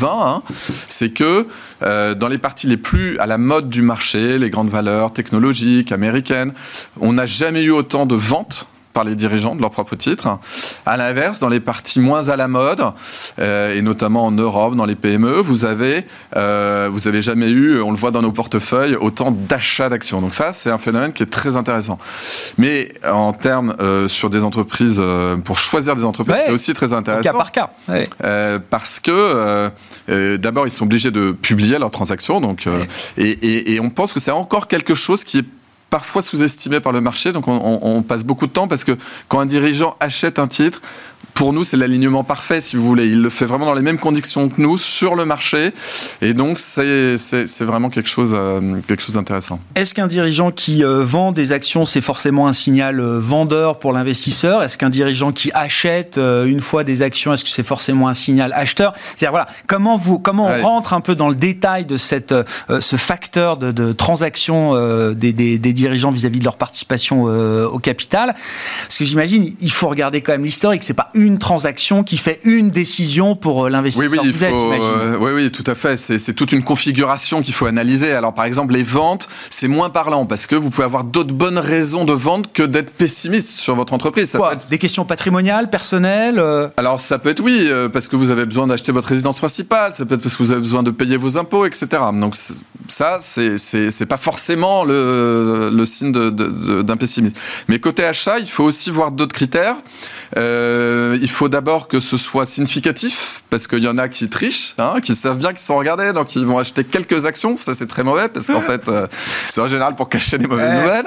2020, c'est que dans les parties les plus à la mode du marché, les grandes valeurs technologiques, américaines, on n'a jamais eu autant de ventes par les dirigeants de leurs propres titres. À l'inverse, dans les parties moins à la mode, et notamment en Europe, dans les PME, vous avez jamais eu, on le voit dans nos portefeuilles, autant d'achats d'actions. Donc ça, c'est un phénomène qui est très intéressant. Mais en termes sur des entreprises, pour choisir des entreprises, c'est aussi très intéressant. Cas par cas. Ouais. Parce que d'abord, ils sont obligés de publier leurs transactions. Donc, et on pense que c'est encore quelque chose qui est parfois sous-estimé par le marché, donc on passe beaucoup de temps parce que quand un dirigeant achète un titre, pour nous, c'est l'alignement parfait, si vous voulez. Il le fait vraiment dans les mêmes conditions que nous, sur le marché. Et donc, c'est vraiment quelque chose d'intéressant. Est-ce qu'un dirigeant qui vend des actions, c'est forcément un signal vendeur pour l'investisseur ? Est-ce qu'un dirigeant qui achète une fois des actions, est-ce que c'est forcément un signal acheteur ? C'est-à-dire, voilà, comment on rentre un peu dans le détail de ce facteur de transaction des dirigeants vis-à-vis de leur participation au capital ? Parce que j'imagine, il faut regarder quand même l'historique. C'est pas une transaction qui fait une décision pour l'investisseur. Oui, tout à fait. C'est toute une configuration qu'il faut analyser. Alors, par exemple, les ventes, c'est moins parlant parce que vous pouvez avoir d'autres bonnes raisons de vente que d'être pessimiste sur votre entreprise. Ça peut être... Des questions patrimoniales, personnelles Alors, ça peut être parce que vous avez besoin d'acheter votre résidence principale. Ça peut être parce que vous avez besoin de payer vos impôts, etc. Donc, ça, c'est pas forcément le signe d'un pessimisme. Mais côté achat, il faut aussi voir d'autres critères. Il faut d'abord que ce soit significatif, parce qu'il y en a qui trichent, qui savent bien qu'ils sont regardés, donc ils vont acheter quelques actions. Ça, c'est très mauvais, parce qu'en fait, c'est en général pour cacher les mauvaises nouvelles.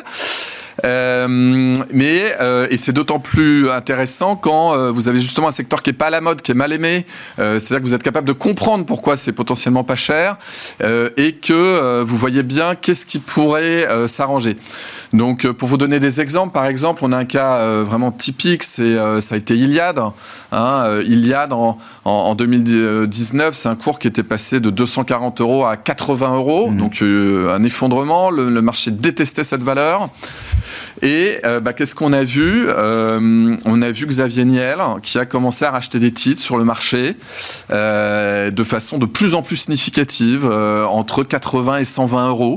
Et c'est d'autant plus intéressant quand vous avez justement un secteur qui est pas à la mode, qui est mal aimé. C'est-à-dire que vous êtes capable de comprendre pourquoi c'est potentiellement pas cher et que vous voyez bien qu'est-ce qui pourrait s'arranger. Donc, pour vous donner des exemples, par exemple, on a un cas vraiment typique, ça a été Iliad. Iliad, en 2019, c'est un cours qui était passé de 240 € à 80 €. Donc, un effondrement. Le marché détestait cette valeur. Et qu'est-ce qu'on a vu ? On a vu Xavier Niel qui a commencé à racheter des titres sur le marché de façon de plus en plus significative, entre 80 et 120 €.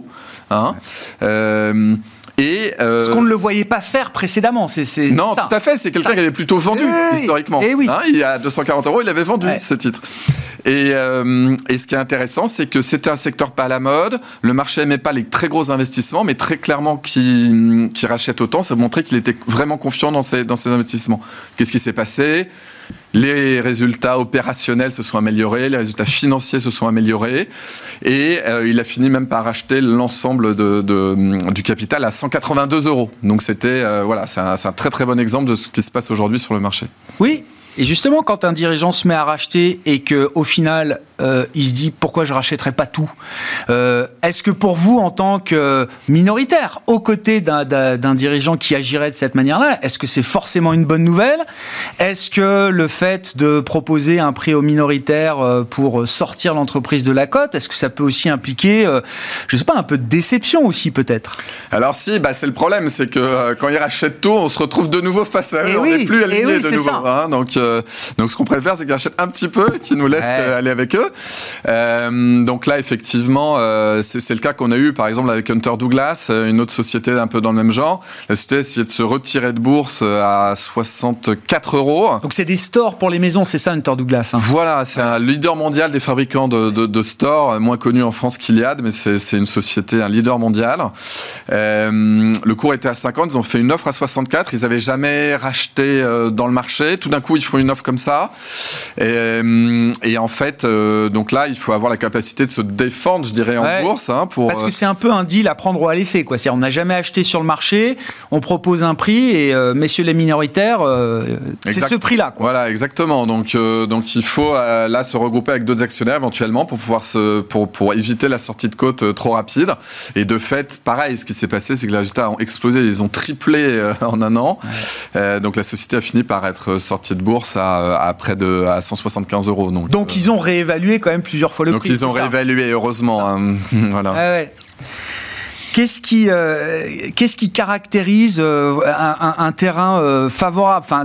Ce qu'on ne le voyait pas faire précédemment, non, ça. Tout à fait, c'est quelqu'un qui avait plutôt vendu historiquement. Il y a 240 €, il avait vendu ce titre. Et ce qui est intéressant, c'est que c'était un secteur pas à la mode. Le marché n'aimait pas les très gros investissements, mais très clairement qui rachète autant, ça montrait qu'il était vraiment confiant dans ses investissements. Qu'est-ce qui s'est passé ? Les résultats opérationnels se sont améliorés, les résultats financiers se sont améliorés, et il a fini même par racheter l'ensemble du capital à 182 €. Donc c'était c'est un très très bon exemple de ce qui se passe aujourd'hui sur le marché. Oui. Et justement, quand un dirigeant se met à racheter et qu'au final, il se dit « pourquoi je ne rachèterais pas tout ?» Est-ce que pour vous, en tant que minoritaire, aux côtés d'un dirigeant qui agirait de cette manière-là, est-ce que c'est forcément une bonne nouvelle ? Est-ce que le fait de proposer un prix aux minoritaires pour sortir l'entreprise de la cote, est-ce que ça peut aussi impliquer, je ne sais pas, un peu de déception aussi peut-être ? Alors si, c'est le problème, c'est que quand ils rachètent tout, on se retrouve de nouveau face à eux, on n'est plus alignés de nouveau. Donc ce qu'on préfère, c'est qu'ils rachètent un petit peu, qu'ils nous laissent aller avec eux. Donc là, effectivement, c'est le cas qu'on a eu, par exemple, avec Hunter Douglas, une autre société un peu dans le même genre. La société a essayé de se retirer de bourse à 64 €. Donc c'est des stores pour les maisons, c'est ça, Hunter Douglas, Voilà, c'est un leader mondial des fabricants de stores, moins connu en France qu'Iliad, mais c'est une société, un leader mondial. Le cours était à 50, ils ont fait une offre à 64, ils n'avaient jamais racheté dans le marché. Tout d'un coup, ils font une offre comme ça. Et en fait, donc là, il faut avoir la capacité de se défendre, je dirais, en bourse. Parce que c'est un peu un deal à prendre ou à laisser, quoi. C'est-à-dire, on n'a jamais acheté sur le marché, on propose un prix et messieurs les minoritaires, c'est ce prix-là, quoi. Voilà, exactement. Donc il faut là se regrouper avec d'autres actionnaires éventuellement pour pouvoir pour éviter la sortie de côte trop rapide. Et de fait, pareil, ce qui s'est passé, c'est que les résultats ont explosé, ils ont triplé en un an. Donc la société a fini par être sortie de bourse à près de 175 €. Donc ils ont réévalué quand même plusieurs fois le prix. Donc ils ont réévalué, heureusement. Voilà. Qu'est-ce qui caractérise un terrain favorable? Enfin,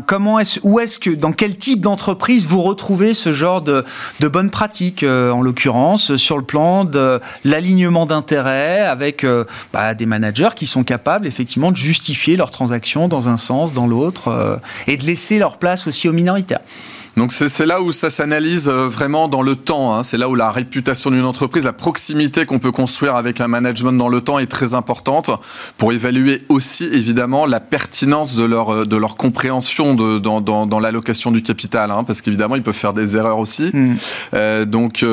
dans quel type d'entreprise vous retrouvez ce genre de bonnes pratiques, en l'occurrence, sur le plan de l'alignement d'intérêts avec des managers qui sont capables effectivement de justifier leurs transactions dans un sens, dans l'autre, et de laisser leur place aussi aux minoritaires? Donc c'est là où ça s'analyse vraiment dans le temps, hein. C'est là où la réputation d'une entreprise, la proximité qu'on peut construire avec un management dans le temps est très importante pour évaluer aussi évidemment la pertinence de leur compréhension dans l'allocation du capital, hein, parce qu'évidemment ils peuvent faire des erreurs aussi. Donc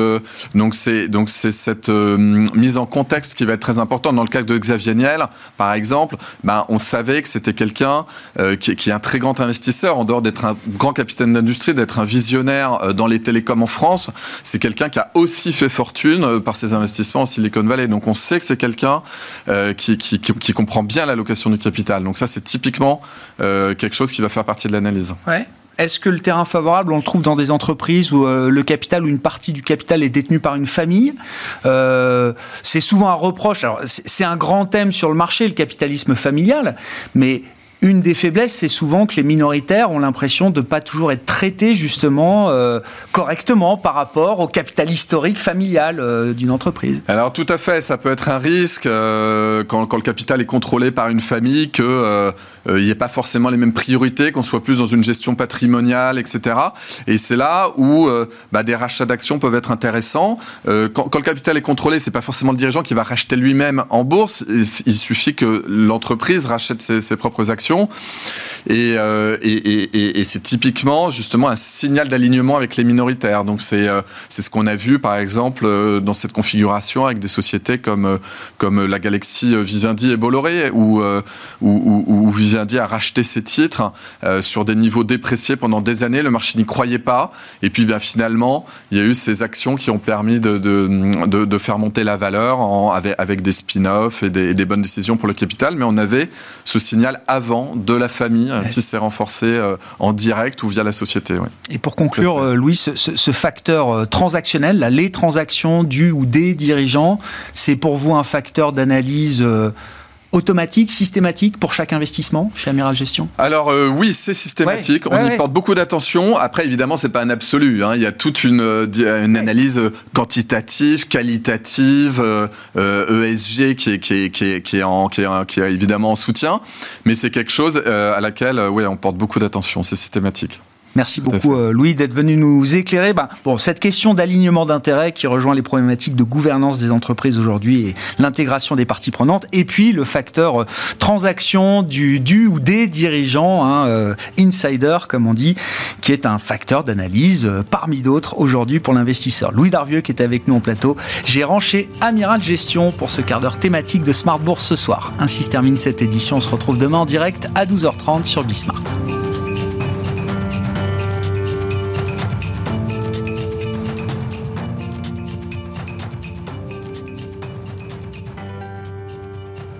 c'est cette mise en contexte qui va être très importante. Dans le cas de Xavier Niel, par exemple, on savait que c'était quelqu'un qui est un très grand investisseur, en dehors d'être un grand capitaine d'industrie, d'être un visionnaire dans les télécoms en France. C'est quelqu'un qui a aussi fait fortune par ses investissements en Silicon Valley. Donc on sait que c'est quelqu'un qui comprend bien l'allocation du capital. Donc ça, c'est typiquement quelque chose qui va faire partie de l'analyse. Ouais. Est-ce que le terrain favorable, on le trouve dans des entreprises où le capital ou une partie du capital est détenue par une famille? C'est souvent un reproche. Alors, c'est un grand thème sur le marché, le capitalisme familial, mais une des faiblesses, c'est souvent que les minoritaires ont l'impression de ne pas toujours être traités justement correctement par rapport au capital historique familial d'une entreprise. Alors tout à fait, ça peut être un risque quand le capital est contrôlé par une famille que il n'y ait pas forcément les mêmes priorités, qu'on soit plus dans une gestion patrimoniale, etc. Et c'est là où des rachats d'actions peuvent être intéressants. Quand le capital est contrôlé, c'est pas forcément le dirigeant qui va racheter lui-même en bourse. Il suffit que l'entreprise rachète ses propres actions. Et c'est typiquement justement un signal d'alignement avec les minoritaires. Donc c'est ce qu'on a vu par exemple dans cette configuration avec des sociétés comme la Galaxy Vivendi et Bolloré où Vivendi a racheté ses titres sur des niveaux dépréciés pendant des années. Le marché n'y croyait pas. Et puis finalement, il y a eu ces actions qui ont permis de faire monter la valeur avec des spin-offs et des bonnes décisions pour le capital. Mais on avait ce signal avant de la famille qui s'est renforcé en direct ou via la société. Oui. Et pour conclure, Louis, ce facteur transactionnel, les transactions du ou des dirigeants, c'est pour vous un facteur d'analyse automatique, systématique pour chaque investissement chez Amiral Gestion? Alors oui, c'est systématique. On y porte beaucoup d'attention. Après, évidemment, c'est pas un absolu, hein. Il y a toute une analyse quantitative, qualitative, ESG qui est évidemment en soutien. Mais c'est quelque chose à laquelle on porte beaucoup d'attention. C'est systématique. Merci beaucoup Louis d'être venu nous éclairer. Cette question d'alignement d'intérêts qui rejoint les problématiques de gouvernance des entreprises aujourd'hui et l'intégration des parties prenantes, et puis le facteur transaction du ou des dirigeants, insider comme on dit, qui est un facteur d'analyse parmi d'autres aujourd'hui pour l'investisseur. Louis Darvieux qui est avec nous en plateau, gérant chez Amiral Gestion pour ce quart d'heure thématique de Smart Bourse ce soir. Ainsi se termine cette édition. On se retrouve demain en direct à 12h30 sur Bismart.